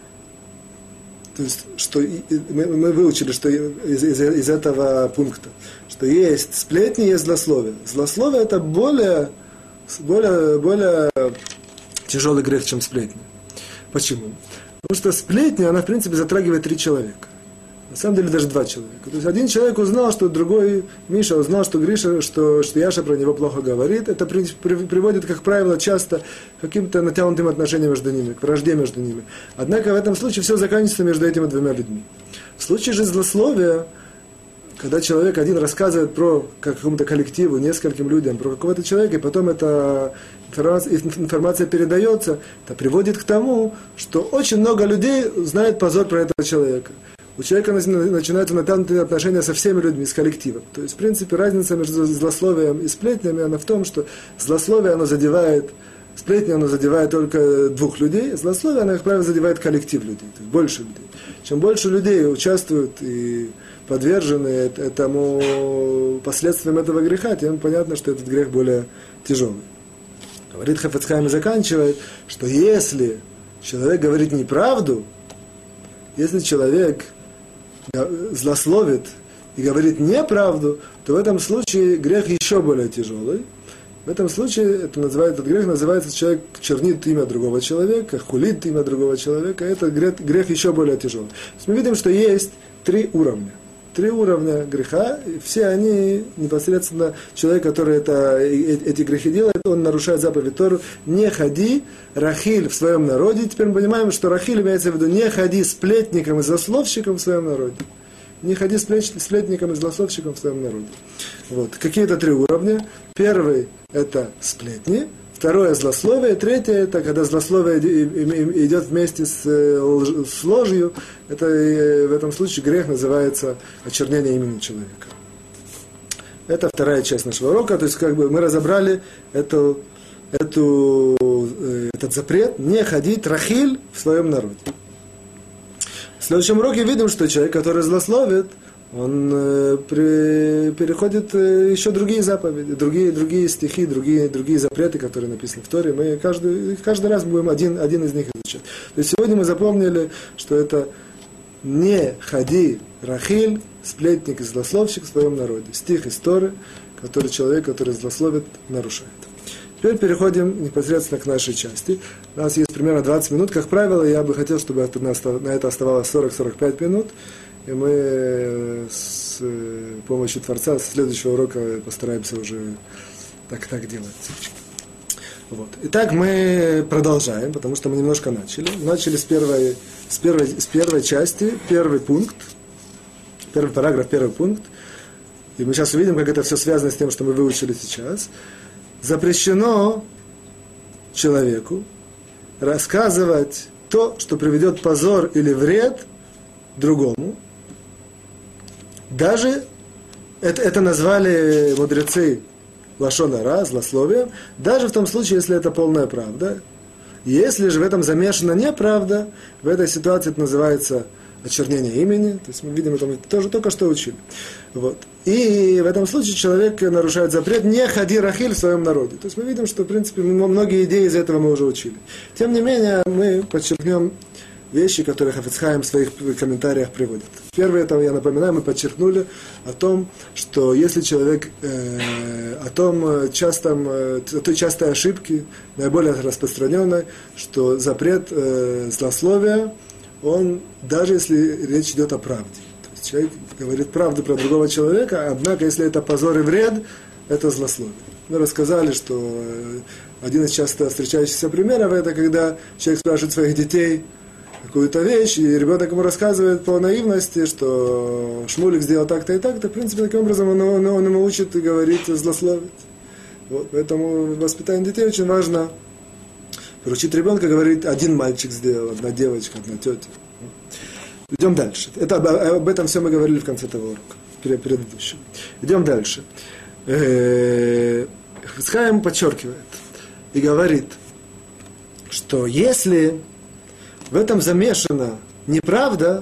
то есть, что мы, мы выучили, что из, из, из этого пункта, что есть сплетни, есть злословие. Злословие это более, более, более тяжелый грех, чем сплетни. Почему? Потому что сплетня, она в принципе затрагивает три человека. На самом деле даже два человека. То есть один человек узнал, что другой, Миша, узнал, что Гриша, что, что Яша про него плохо говорит. Это при, при, приводит, как правило, часто к каким-то натянутым отношениям между ними, к вражде между ними. Однако в этом случае все заканчивается между этими двумя людьми. В случае же злословия, когда человек один рассказывает про какому-то коллективу, нескольким людям, про какого-то человека, и потом эта информация, информация передается, это приводит к тому, что очень много людей знает позор про этого человека. У человека начинаются натянутые отношения со всеми людьми, с коллективом. То есть, в принципе, разница между злословием и сплетнями, она в том, что злословие, оно задевает, сплетня, оно задевает только двух людей, злословие, оно, как правило, задевает коллектив людей, то есть больше людей. Чем больше людей участвуют и подвержены этому последствиям этого греха, тем понятно, что этот грех более тяжелый. Говорит Хафец Хаим и заканчивает, что если человек говорит неправду, если человек злословит и говорит неправду, то в этом случае грех еще более тяжелый. В этом случае это называется, этот грех называется, человек чернит имя другого человека, хулит имя другого человека. Это грех, грех еще более тяжелый. То есть мы видим, что есть три уровня. Три уровня греха, и все они непосредственно человек, который это, эти грехи делает, он нарушает заповедь Тору. Не ходи, Рахиль в своем народе. Теперь мы понимаем, что Рахиль имеется в виду не ходи сплетником и злословщиком в своем народе. Не ходи сплетником и злословщиком в своем народе. Вот. Какие-то три уровня. Первый – это сплетни. Второе – злословие. Третье – это когда злословие идет вместе с, с ложью. Это в этом случае грех называется очернение имени человека. Это вторая часть нашего урока. То есть как бы мы разобрали эту, эту, этот запрет не ходить рахиль в своем народе. В следующем уроке видим, что человек, который злословит, он э, при, переходит э, еще другие заповеди, другие, другие стихи, другие, другие запреты, которые написаны в Торе. Мы каждый, каждый раз будем один, один из них изучать. То есть сегодня мы запомнили, что это не ходи рахиль, сплетник и злословщик в своем народе. Стих из Торы, который человек, который злословит, нарушает. Теперь переходим непосредственно к нашей части. У нас есть примерно двадцать минут. Как правило, я бы хотел, чтобы на это оставалось сорок-сорок пять минут. И мы с помощью Творца с следующего урока постараемся уже так, так делать. Вот. Итак, мы продолжаем, потому что мы немножко начали. Начали с первой, с первой, с первой части, первый пункт, первый параграф, первый пункт. И мы сейчас увидим, как это все связано с тем, что мы выучили сейчас. Запрещено человеку рассказывать то, что приведет позор или вред другому. Даже это, это назвали мудрецы лашон ара, злословием, даже в том случае, если это полная правда. Если же в этом замешана неправда, в этой ситуации это называется очернение имени. То есть мы видим, это мы тоже только что учили. Вот. И в этом случае человек нарушает запрет не ходи рахиль в своем народе. То есть мы видим, что в принципе многие идеи из этого мы уже учили. Тем не менее, мы подчеркнем вещи, которые Хафец Хаим в своих комментариях приводит. Первое, это я напоминаю, мы подчеркнули о том, что если человек э, о том частом, э, о той частой ошибке, наиболее распространенной, что запрет э, злословия, он, даже если речь идет о правде. То есть человек говорит правду про другого человека, однако, если это позор и вред, это злословие. Мы рассказали, что один из часто встречающихся примеров, это когда человек спрашивает своих детей какую-то вещь, и ребенок ему рассказывает по наивности, что Шмулик сделал так-то и так-то. В принципе, таким образом он, он, он ему учит говорить, злословить. Вот, поэтому воспитание детей очень важно Приручить ребенка, говорит, один мальчик сделал, одна девочка, одна тетя. Идем дальше. Это, об этом все мы говорили в конце того урока, предыдущего. Идем дальше. Хафец Хаим подчеркивает и говорит, что если в этом замешана неправда,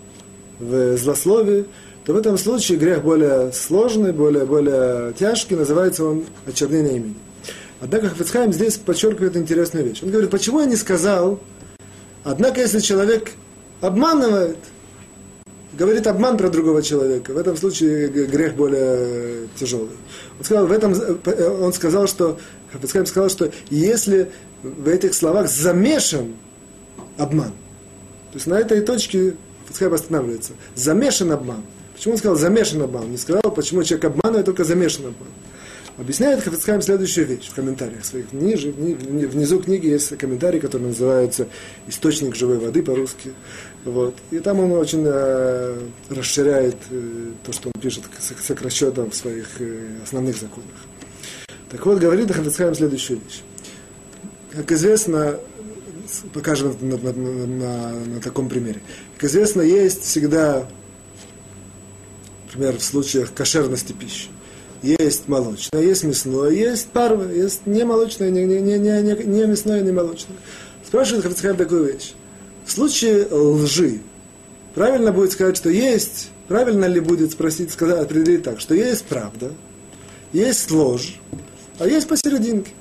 в злословии, то в этом случае грех более сложный, более, более тяжкий, называется он очернение имени. Однако Хафец Хаим здесь подчеркивает интересную вещь. Он говорит, почему я не сказал, однако если человек обманывает, говорит обман про другого человека, в этом случае грех более тяжелый. Он сказал, в этом, он сказал, что, Хафец Хаим сказал, что если в этих словах замешан обман, то есть на этой точке Хафец Хаим останавливается. Замешан обман. Почему он сказал замешан обман? Не сказал, почему человек обманывает, только замешан обман. Объясняет Хафец Хаим следующую вещь в комментариях своих. Ниже, внизу книги есть комментарий, который называется «Источник живой воды» по-русски. Вот. И там он очень э, расширяет э, то, что он пишет сокращенно в своих э, основных законах. Так вот, говорит Хафец Хаим следующую вещь. Как известно, покажем на, на, на, на, на таком примере. Как известно, есть всегда, например, в случаях кошерности пищи, есть молочное, есть мясное, есть парве, есть не молочное, не, не, не, не, не мясное, не молочное. Спрашивает Хафец Хаим такую вещь. В случае лжи, правильно будет сказать, что есть, правильно ли будет спросить, сказать, определить так, что есть правда, есть ложь, а есть посерединке.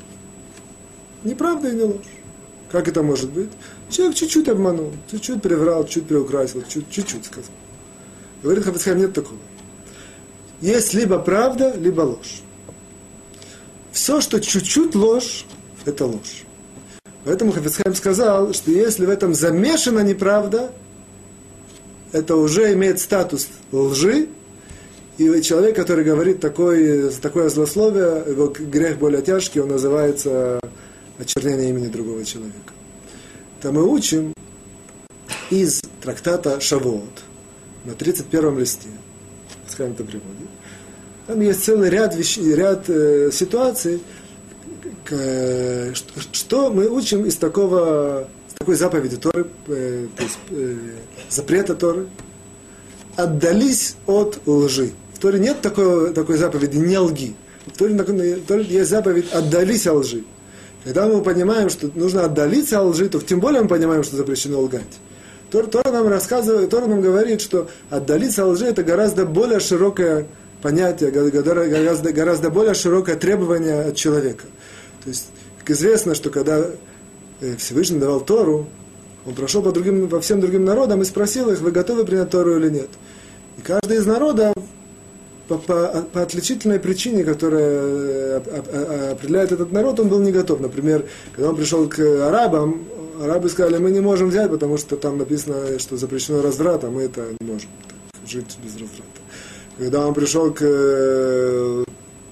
Не правда и не ложь. Как это может быть? Человек чуть-чуть обманул, чуть-чуть приврал, чуть-чуть приукрасил, чуть-чуть сказал. Говорит Хафец Хаим, нет такого. Есть либо правда, либо ложь. Все, что чуть-чуть ложь, это ложь. Поэтому Хафец Хаим сказал, что если в этом замешана неправда, это уже имеет статус лжи, и человек, который говорит такое, такое злословие, его грех более тяжкий, он называется очернение имени другого человека. Это мы учим из трактата Шавуот на тридцать первом листе. Хафец Хаим это приводит. Там есть целый ряд, вещей, ряд э, ситуаций, к, что, что мы учим из такого, из такой заповеди Торы, э, то есть, э, запрета Торы. Отдались от лжи. В Торе нет такой, такой заповеди «не лги». В Торе, в Торе есть заповедь «отдались от лжи». Когда мы понимаем, что нужно отдалиться от лжи, то тем более мы понимаем, что запрещено лгать. Тора, Тора нам рассказывает, Тора нам говорит, что отдалиться от лжи – это гораздо более широкое понятие, гораздо, гораздо более широкое требование от человека. То есть, как известно, что когда Всевышний давал Тору, он прошел по, другим, по всем другим народам и спросил их, вы готовы принять Тору или нет. И каждый из народов по, по, по отличительной причине, которая определяет этот народ, он был не готов. Например, когда он пришел к арабам, арабы сказали, мы не можем взять, потому что там написано, что запрещено разврат, а мы это не можем так, жить без разврата. Когда он пришел к,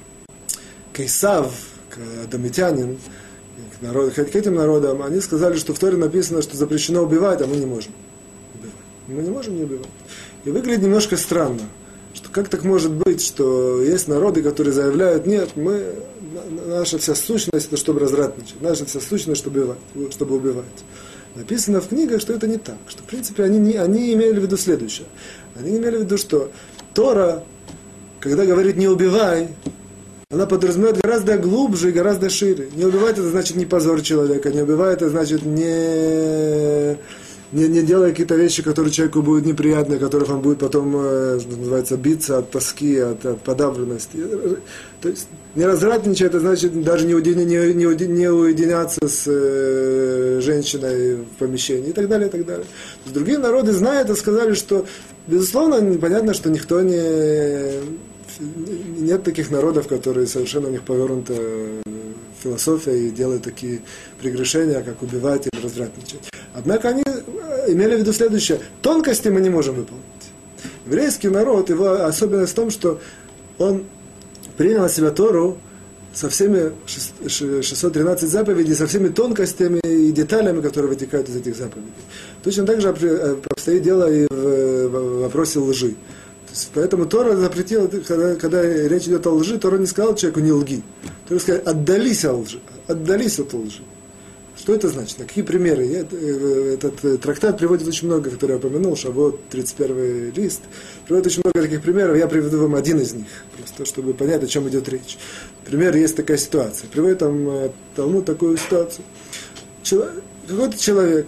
к Исав, к Адамитянин, к, народ, к этим народам, они сказали, что в Торе написано, что запрещено убивать, а мы не можем убивать. Мы не можем не убивать. И выглядит немножко странно, что как так может быть, что есть народы, которые заявляют, нет, мы, наша вся сущность, это чтобы развратничать, наша вся сущность, чтобы убивать. Чтобы убивать. Написано в книгах, что это не так, что в принципе они, не, они имели в виду следующее. Они имели в виду, что Тора, когда говорит «не убивай», она подразумевает гораздо глубже и гораздо шире. Не убивать – это значит не позор человека, не убивать – это значит не, не, не делай какие-то вещи, которые человеку будут неприятны, которых он будет потом, что называется, биться от тоски, от, от подавленности. То есть не развратничать – это значит даже не, уединя, не, не, не уединяться с э, женщиной в помещении и так далее, и так далее. То есть другие народы, зная это, сказали, что, безусловно, непонятно, что никто не... Нет таких народов, которые совершенно у них повернута философия и делают такие прегрешения, как убивать или развратничать. Однако они имели в виду следующее. Тонкости мы не можем выполнить. Еврейский народ, его особенность в том, что он принял на себя Тору со всеми шестьсот тринадцать заповедей, со всеми тонкостями и деталями, которые вытекают из этих заповедей. Точно так же обстоит дело и в вопросе лжи. Поэтому Тора запретила, когда, когда речь идет о лжи, Тора не сказала человеку «не лги». Тора сказала «отдались от лжи», «отдались от лжи». Что это значит? Какие примеры? Этот трактат приводит очень много, который я упомянул, Шавот, тридцать первый лист. Приводит очень много таких примеров, я приведу вам один из них, просто чтобы понять, о чем идет речь. Например, есть такая ситуация. Приводит там Талмуд такую ситуацию. Какой-то человек,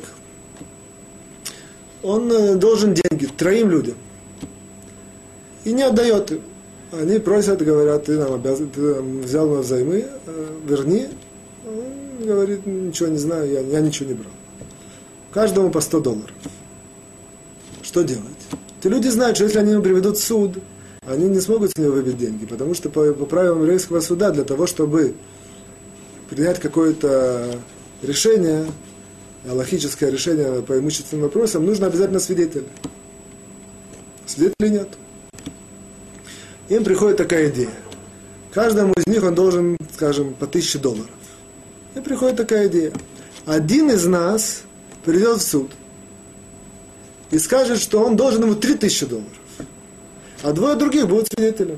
он должен деньги троим людям и не отдает им. Они просят, говорят, ты нам обязан, ты нам взял нас взаймы, верни. Он говорит, ничего не знаю, я, я ничего не брал. Каждому по сто долларов. Что делать? Эти люди знают, что если они ему приведут в суд, они не смогут с него выбить деньги, потому что по, по правилам еврейского суда, для того, чтобы принять какое-то решение, алахическое решение по имущественным вопросам, нужно обязательно свидетеля. Свидетелей нет. Им приходит такая идея. Каждому из них он должен, скажем, по тысяче долларов. И приходит такая идея. Один из нас придет в суд и скажет, что он должен ему три тысячи долларов. А двое других будут свидетелями.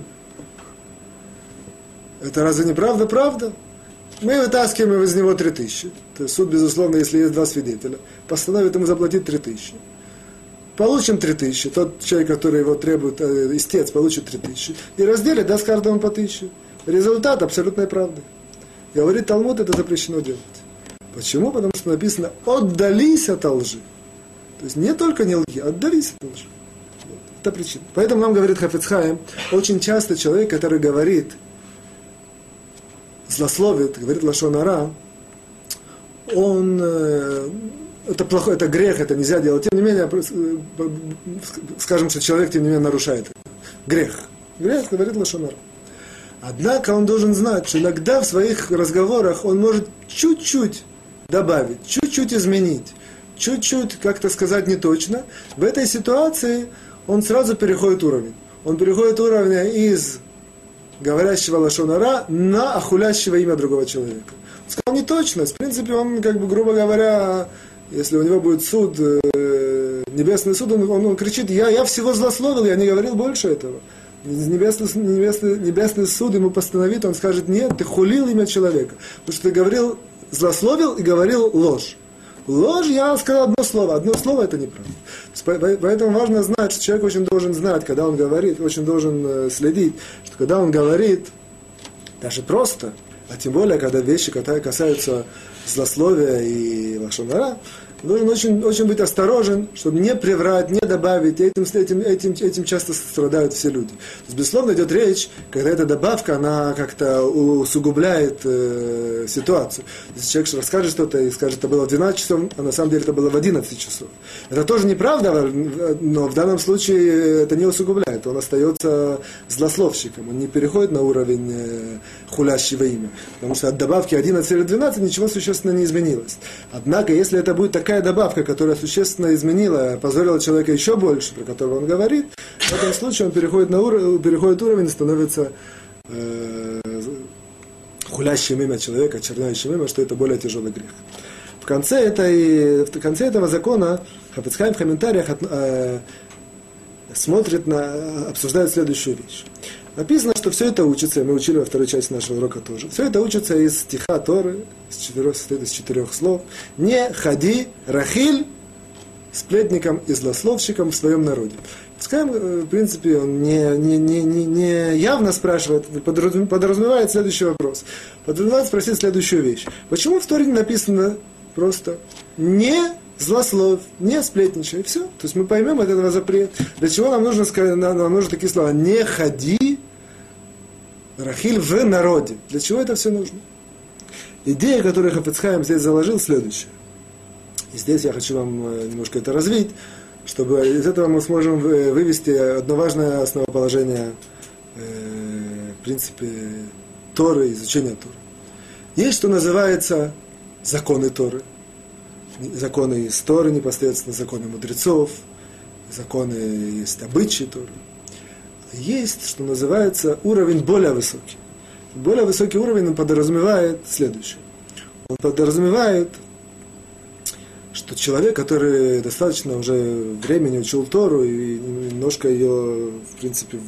Это разве не правда? Правда. Мы вытаскиваем из него три тысячи. То есть суд, безусловно, если есть два свидетеля, постановит ему заплатить три тысячи. Получим три тысячи. Тот человек, который его требует, э, истец, получит три тысячи. И разделит, даст каждому по тысяче. Результат абсолютной правды. Говорит Талмуд, это запрещено делать. Почему? Потому что написано «отдались от лжи». То есть не только не лги, отдались от лжи. Вот. Это причина. Поэтому нам говорит Хафец Хаим, очень часто человек, который говорит, злословит, говорит лашон ара, он, э, это плохой, это грех, это нельзя делать. Тем не менее, э, скажем, что человек, тем не менее, нарушает. Грех. Грех, говорит лашон ара. Однако он должен знать, что иногда в своих разговорах он может чуть-чуть добавить, чуть-чуть изменить, чуть-чуть как-то сказать не точно. В этой ситуации он сразу переходит уровень. Он переходит уровень из говорящего лашон ара на охулящего имя другого человека. Он сказал неточность. В принципе, он, как бы, грубо говоря, если у него будет суд, э, небесный суд, он, он, он кричит, я, я всего злословил, я не говорил больше этого. Небесный, небесный, небесный суд ему постановит, он скажет, нет, ты хулил имя человека. Потому что ты говорил, злословил и говорил ложь. Ложь, я сказал одно слово, одно слово это неправда. Поэтому важно знать, что человек очень должен знать, когда он говорит, очень должен следить, что когда он говорит, даже просто, а тем более, когда вещи, которые касаются злословия и лашон ара, должен очень, очень быть осторожен, чтобы не приврать, не добавить. И этим, этим, этим, этим часто страдают все люди. То есть, безусловно, идет речь, когда эта добавка, она как-то усугубляет э, ситуацию. Если человек расскажет что-то и скажет, это было в двенадцать часов, а на самом деле это было в одиннадцать часов. Это тоже неправда, но в данном случае это не усугубляет. Он остается злословщиком, он не переходит на уровень э, хулящего имя. Потому что от добавки одиннадцать или двенадцать ничего существенно не изменилось. Однако, если это будет такая добавка, которая существенно изменила, опозорила человека еще больше, про которого он говорит, в этом случае он переходит, на ур... переходит уровень и становится э... хулящим имя человека, черняющим имя, что это более тяжелый грех. В конце, этой... в конце этого закона Хафец Хаим в комментариях от... э... смотрит на... обсуждает следующую вещь. Написано, что все это учится, и мы учили во второй части нашего урока тоже. Все это учится из стиха Торы, из четырех, состоит из четырех слов. Не ходи, рахиль, сплетником и злословщиком в своем народе. Пускай, в принципе, он не, не, не, не, не явно спрашивает, подразумевает следующий вопрос. Подразумевает спросить следующую вещь. Почему в Торе не написано просто «не злословь, не сплетничай», и все. То есть мы поймем от этого запрет. Для чего нам нужно, нам, нам нужны такие слова «не ходи, рахиль в народе». Для чего это все нужно? Идея, которую Хафец Хаим здесь заложил, следующая. И здесь я хочу вам немножко это развить, чтобы из этого мы сможем вывести одно важное основоположение, в принципе, Торы, изучения Торы. Есть, что называется, законы Торы. Законы из Торы непосредственно, законы мудрецов, законы есть обычаи Торы. Есть, что называется, уровень более высокий. Более высокий уровень он подразумевает следующее. Он подразумевает, что человек, который достаточно уже времени учил Тору и немножко ее, в принципе,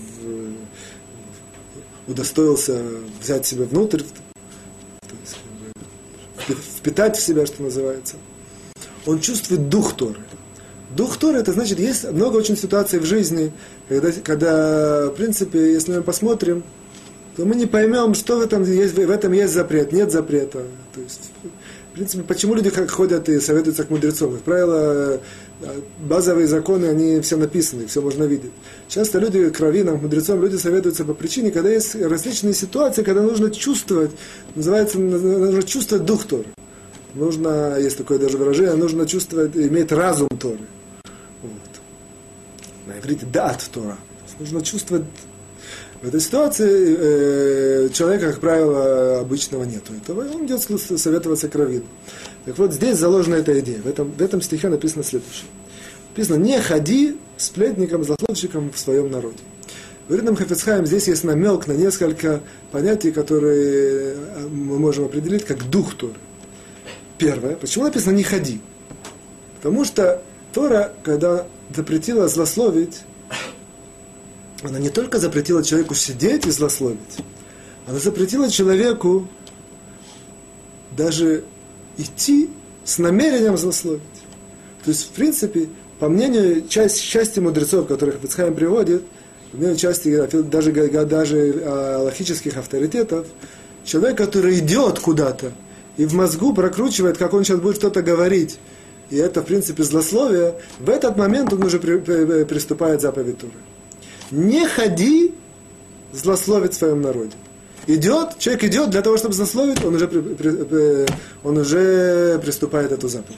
в, удостоился взять себя внутрь, то есть, впитать в себя, что называется, он чувствует дух Торы. Дух Торы, это значит, есть много очень ситуаций в жизни, когда, когда, в принципе, если мы посмотрим, то мы не поймем, что в этом есть, в этом есть запрет, нет запрета. То есть, в принципе, почему люди ходят и советуются к мудрецам? Как правило, базовые законы, они все написаны, все можно видеть. Часто люди к раввинам, к мудрецам, люди советуются по причине, когда есть различные ситуации, когда нужно чувствовать, называется, нужно чувствовать дух Торы. Нужно, есть такое даже выражение, нужно чувствовать, иметь разум Торы. Вот. На иврите дат Тора. Нужно чувствовать. В этой ситуации э, человека, как правило, обычного нету этого, и он идет советоваться к раввину. Так вот, здесь заложена эта идея. В этом, в этом стихе написано следующее. Написано: «Не ходи сплетником, злословщиком в своем народе». В Ридном Хафец Хаим здесь есть намек на несколько понятий, которые мы можем определить как дух Торы. Первое. Почему написано «не ходи»? Потому что Тора, когда запретила злословить, она не только запретила человеку сидеть и злословить, она запретила человеку даже идти с намерением злословить. То есть, в принципе, по мнению часть, части мудрецов, которых Хафец Хаим приводит, по мнению части даже, даже алахических авторитетов, человек, который идет куда-то и в мозгу прокручивает, как он сейчас будет что-то говорить, и это, в принципе, злословие, в этот момент он уже при, при, приступает к заповеди Торы. Не ходи злословить в своем народе. Идет, человек идет для того, чтобы злословить, он уже, при, при, он уже приступает эту заповедь.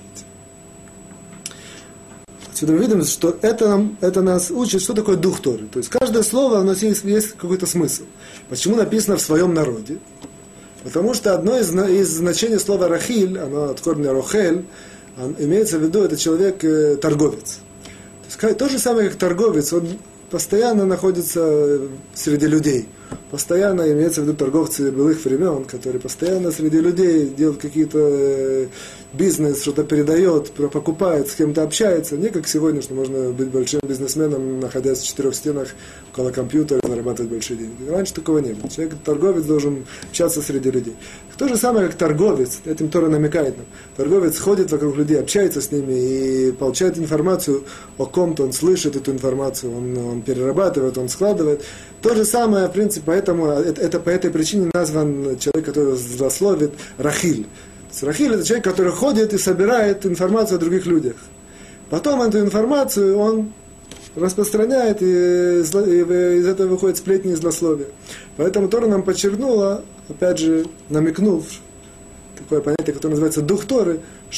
Отсюда мы видим, что это, это нас учит, что такое дух Торы. То есть каждое слово у нас есть, есть какой-то смысл. Почему написано в своем народе? Потому что одно из, из значений слова рахиль, оно от корня рохель, имеется в виду, это человек э, торговец. То есть, то же самое, как торговец, он постоянно находится среди людей. Постоянно имеется в виду торговцы былых времен, которые постоянно среди людей делают какие-то бизнес, что-то передает, покупает, с кем-то общается. Не как сегодня, что можно быть большим бизнесменом, находясь в четырех стенах около компьютера, зарабатывать большие деньги. Раньше такого не было. Человек, торговец, должен общаться среди людей. То же самое, как торговец, этим Тора намекает нам. Торговец ходит вокруг людей, общается с ними и получает информацию о ком-то, он слышит эту информацию, он, он перерабатывает, он складывает. То же самое, в принципе, поэтому, это, это по этой причине назван человек, который злословит, рахиль. Рахиль – это человек, который ходит и собирает информацию о других людях. Потом эту информацию он распространяет, и, и из этого выходит сплетни и злословие. Поэтому Тора нам подчеркнула, опять же, намекнув, такое понятие, которое называется дух Торы,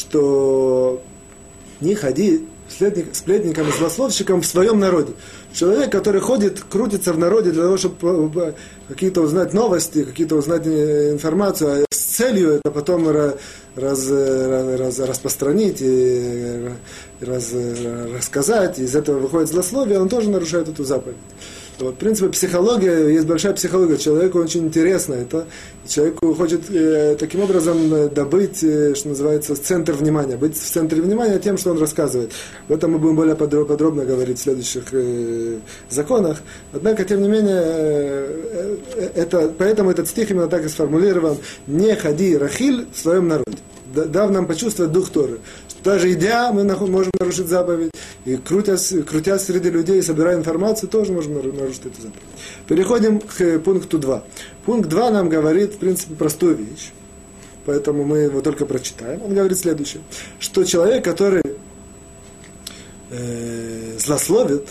что не ходи сплетником и злословщиком в своем народе. Человек, который ходит, крутится в народе для того, чтобы какие-то узнать новости, какие-то узнать информацию, а с целью это потом раз, раз, раз, распространить и раз, рассказать, и из этого выходит злословие, он тоже нарушает эту заповедь. Вот, в принципе, психология, есть большая психология, человеку очень интересно это, и человеку хочет э, таким образом добыть, э, что называется, центр внимания, быть в центре внимания тем, что он рассказывает. Об этом мы будем более подробно, подробно говорить в следующих э, законах. Однако, тем не менее, э, э, это, поэтому этот стих именно так и сформулирован: «Не ходи, рахиль, в своем народе». Дав нам почувствовать дух Торы. Даже идя, мы можем нарушить заповедь. И крутясь, крутясь среди людей, собирая информацию, тоже можем нарушить эту заповедь. Переходим к пункту два. Пункт два нам говорит, в принципе, простую вещь. Поэтому мы его только прочитаем. Он говорит следующее. Что человек, который э, злословит,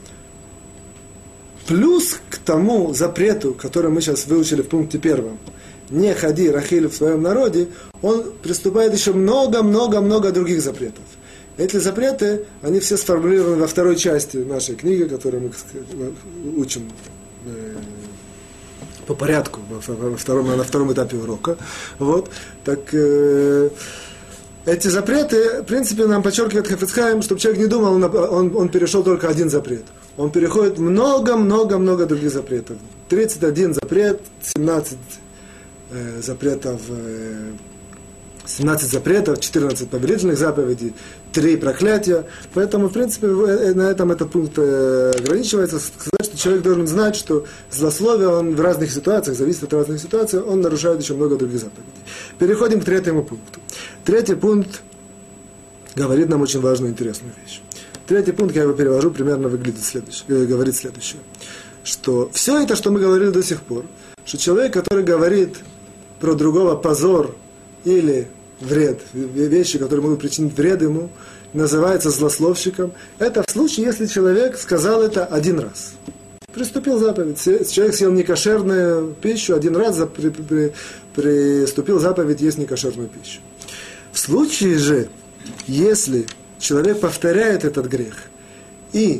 плюс к тому запрету, который мы сейчас выучили в пункте первом, не ходи, рахиль, в своем народе, он приступает еще много-много-много других запретов. Эти запреты, они все сформулированы во второй части нашей книги, которую мы учим э, по порядку во втором, на втором этапе урока. Вот. Так, э, эти запреты, в принципе, нам подчеркивает Хафец Хаим, чтобы человек не думал, он, он перешел только один запрет. Он переходит много-много-много других запретов. тридцать один запрет, семнадцать запретов семнадцать запретов, четырнадцать повелительных заповедей, три проклятия. Поэтому, в принципе, на этом этот пункт ограничивается. Сказать, что человек должен знать, что злословие, он в разных ситуациях, зависит от разных ситуаций, он нарушает еще много других заповедей. Переходим к третьему пункту. Третий пункт говорит нам очень важную и интересную вещь. Третий пункт, я его перевожу, примерно выглядит следующее, говорит следующее. Что все это, что мы говорили до сих пор, что человек, который говорит про другого позор или вред, вещи, которые могут причинить вред ему, называется злословщиком. Это в случае, если человек сказал это один раз. Приступил заповедь. Человек съел некошерную пищу, один раз при, при, приступил заповедь есть некошерную пищу. В случае же, если человек повторяет этот грех и,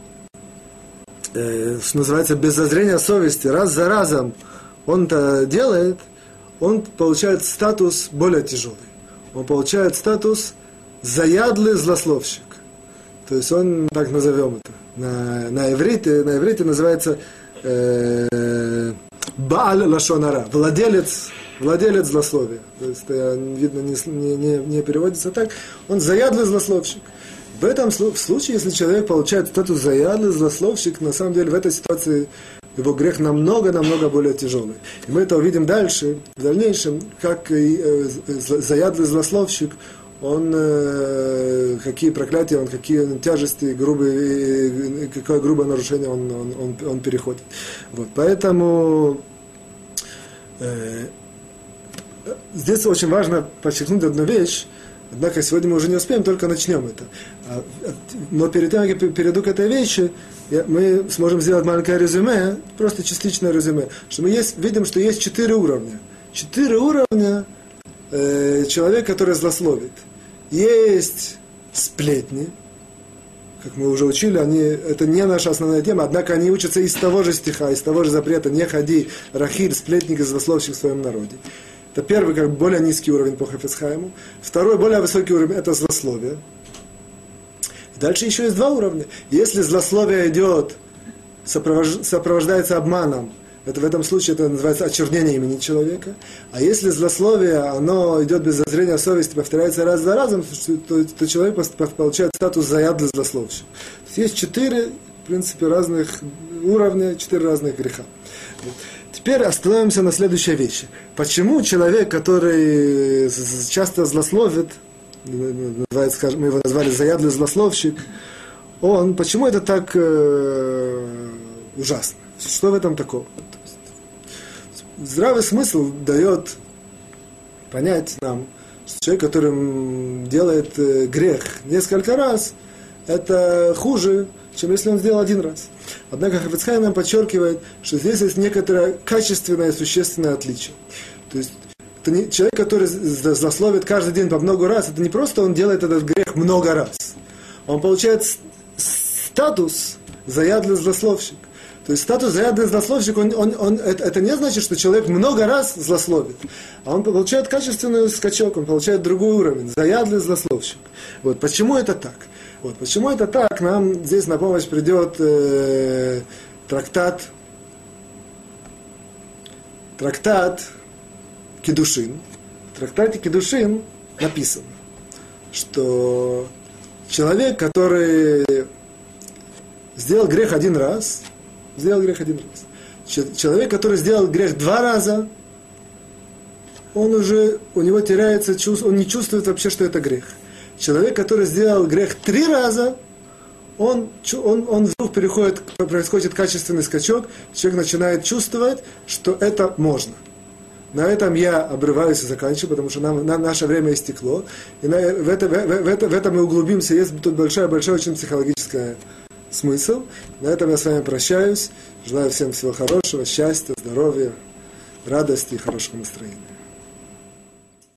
э, что называется, без зазрения совести, раз за разом он это делает, он получает статус более тяжелый. Он получает статус заядлый злословщик. То есть он, так назовем это, на, на иврите, на иврите называется э, Бааль лашон ара, владелец, владелец злословия. То есть, это, видно, не, не, не переводится так. Он заядлый злословщик. В этом случае, если человек получает статус заядлый злословщик, на самом деле в этой ситуации его грех намного-намного более тяжелый. И мы это увидим дальше, в дальнейшем, как э, заядлый злословщик, он, э, какие проклятия, он, какие тяжести, грубые, какое грубое нарушение он, он, он, он переходит. Вот, поэтому э, здесь очень важно подчеркнуть одну вещь. Однако сегодня мы уже не успеем, только начнем это. Но перед тем, как я перейду к этой вещи, мы сможем сделать маленькое резюме, просто частичное резюме, что мы есть, видим, что есть четыре уровня. Четыре уровня э, человека, который злословит. Есть сплетни, как мы уже учили, они, это не наша основная тема, однако они учатся из того же стиха, из того же запрета «Не ходи, рахиль, сплетник и злословщик в своем народе». Это первый, как бы, более низкий уровень по Хафец Хаиму. Второй, более высокий уровень, это злословие. Дальше еще есть два уровня. Если злословие идет, сопровож... сопровождается обманом, это в этом случае это называется очернение имени человека. А если злословие, оно идет без зазрения совести, повторяется раз за разом, то, то человек получает статус заядлый злословщик. То есть есть четыре, в принципе, разных уровня, четыре разных греха. Теперь остановимся на следующей вещи. Почему человек, который часто злословит, скажем, мы его назвали заядлый злословщик, он, почему это так э, ужасно? Что в этом такого? Здравый смысл дает понять нам, что человек, который делает э, грех несколько раз, это хуже, чем если он сделал один раз. Однако Хафец Хаим нам подчеркивает, что здесь есть некоторое качественное, существенное отличие. То есть это не, человек, который злословит каждый день по много раз, это не просто он делает этот грех много раз. Он получает статус заядлый злословщик. То есть статус заядлый злословщик, он, он, он, это, это не значит, что человек много раз злословит. А он получает качественный скачок, он получает другой уровень, заядлый злословщик. Вот почему это так? Вот, почему это так? Нам здесь на помощь придет э, трактат, трактат Кидушин. В трактате Кидушин написано, что человек, который сделал грех один раз, сделал грех один раз. Человек, который сделал грех два раза, он уже, у него теряется чувство, он не чувствует вообще, что это грех. Человек, который сделал грех три раза, он, он, он вдруг переходит, происходит качественный скачок, человек начинает чувствовать, что это можно. На этом я обрываюсь и заканчиваю, потому что нам, нам наше время истекло. И на, в, это, в, в, это, в это мы углубимся. Есть тут большой-большой очень психологический смысл. На этом я с вами прощаюсь. Желаю всем всего хорошего, счастья, здоровья, радости и хорошего настроения.